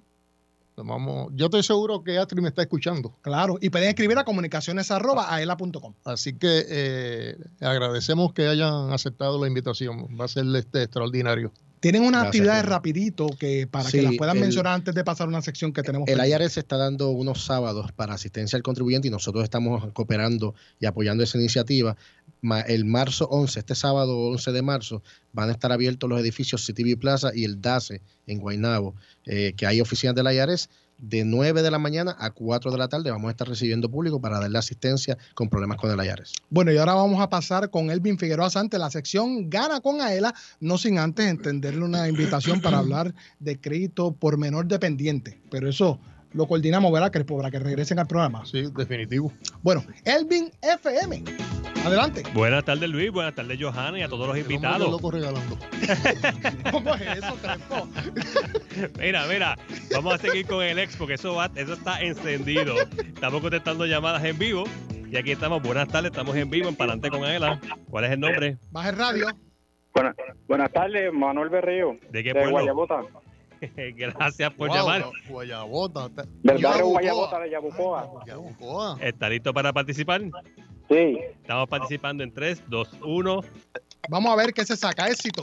Yo estoy seguro que Astrid me está escuchando. Claro, y pueden escribir a comunicaciones@aela.com. Así que agradecemos que hayan aceptado la invitación. Va a ser extraordinario. Tienen unas Gracias, actividades Pedro. rapidito que para Sí, que las puedan mencionar antes de pasar a una sección que tenemos. El pendiente. IRS está dando unos sábados para asistencia al contribuyente y nosotros estamos cooperando y apoyando esa iniciativa. El marzo 11, este sábado 11 de marzo, van a estar abiertos los edificios CTV Plaza y el DACE en Guaynabo, que hay oficinas del IRS. De 9 de la mañana a 4 de la tarde vamos a estar recibiendo público para darle asistencia con problemas con el IRS. Bueno, y ahora vamos a pasar con Elvin Figueroa Sante, la sección Gana con Aela, no sin antes entenderle una invitación para hablar de crédito por menor dependiente. Pero eso lo coordinamos, ¿verdad, Crespo? Para que regresen al programa. Sí, definitivo. Bueno, Elvin FM. Adelante. Buenas tardes, Luis. Buenas tardes, Johanna, y a todos los invitados. Loco regalando. ¿Cómo es eso, Crespo? Mira, vamos a seguir con el Expo, que eso está encendido. Estamos contestando llamadas en vivo. Y aquí estamos. Buenas tardes, estamos en vivo en Palante con Aela. ¿Cuál es el nombre? Baja el radio. Buenas tardes, Manuel Berrío. ¿De qué de pueblo? Guayabota. Gracias por llamar. Guayabota. Del barrio Guayabota de Yabucoa. ¿Está listo para participar? Sí. Estamos participando en 3, 2, 1. Vamos a ver qué se saca. Éxito.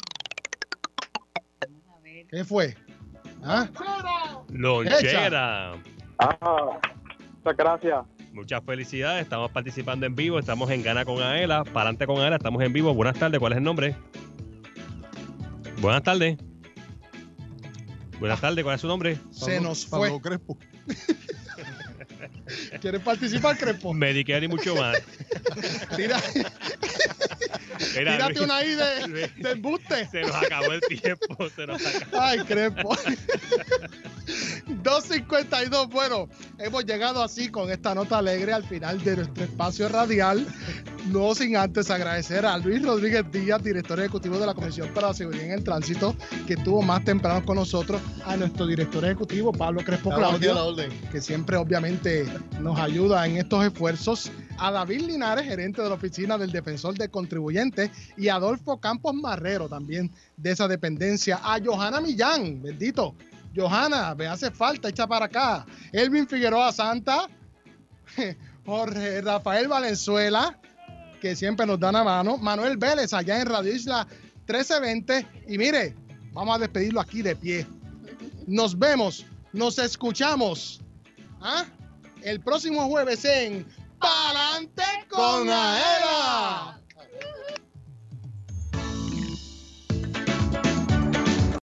¿Qué fue? ¿Ah? Lonchera. Muchas gracias. Muchas felicidades. Estamos participando en vivo. Estamos en Gana con Aela. Palante con Aela. Estamos en vivo. Buenas tardes. ¿Cuál es el nombre? Buenas tardes. Buenas tardes. ¿Cuál es su nombre? Se nos fue. Pablo Crespo. ¿Quieres participar, Crespo? Medicare y mucho más. Tírate una ahí de embuste. Se nos acabó el tiempo. Ay, Crespo. 2:52. Bueno, hemos llegado así con esta nota alegre al final de nuestro espacio radial. No sin antes agradecer a Luis Rodríguez Díaz, director ejecutivo de la Comisión para la Seguridad en el Tránsito, que estuvo más temprano con nosotros, a nuestro director ejecutivo, Pablo Crespo Claudio, que siempre obviamente nos ayuda en estos esfuerzos, a David Linares, gerente de la Oficina del Defensor del Contribuyente, y a Adolfo Campos Marrero, también de esa dependencia, a Johanna Millán, bendito. Johanna, me hace falta, echa para acá. Elvin Figueroa Santa, Jorge Rafael Valenzuela, que siempre nos dan a mano, Manuel Vélez allá en Radio Isla 1320, y mire, vamos a despedirlo aquí de pie. Nos vemos, nos escuchamos el próximo jueves en Palante con Aela.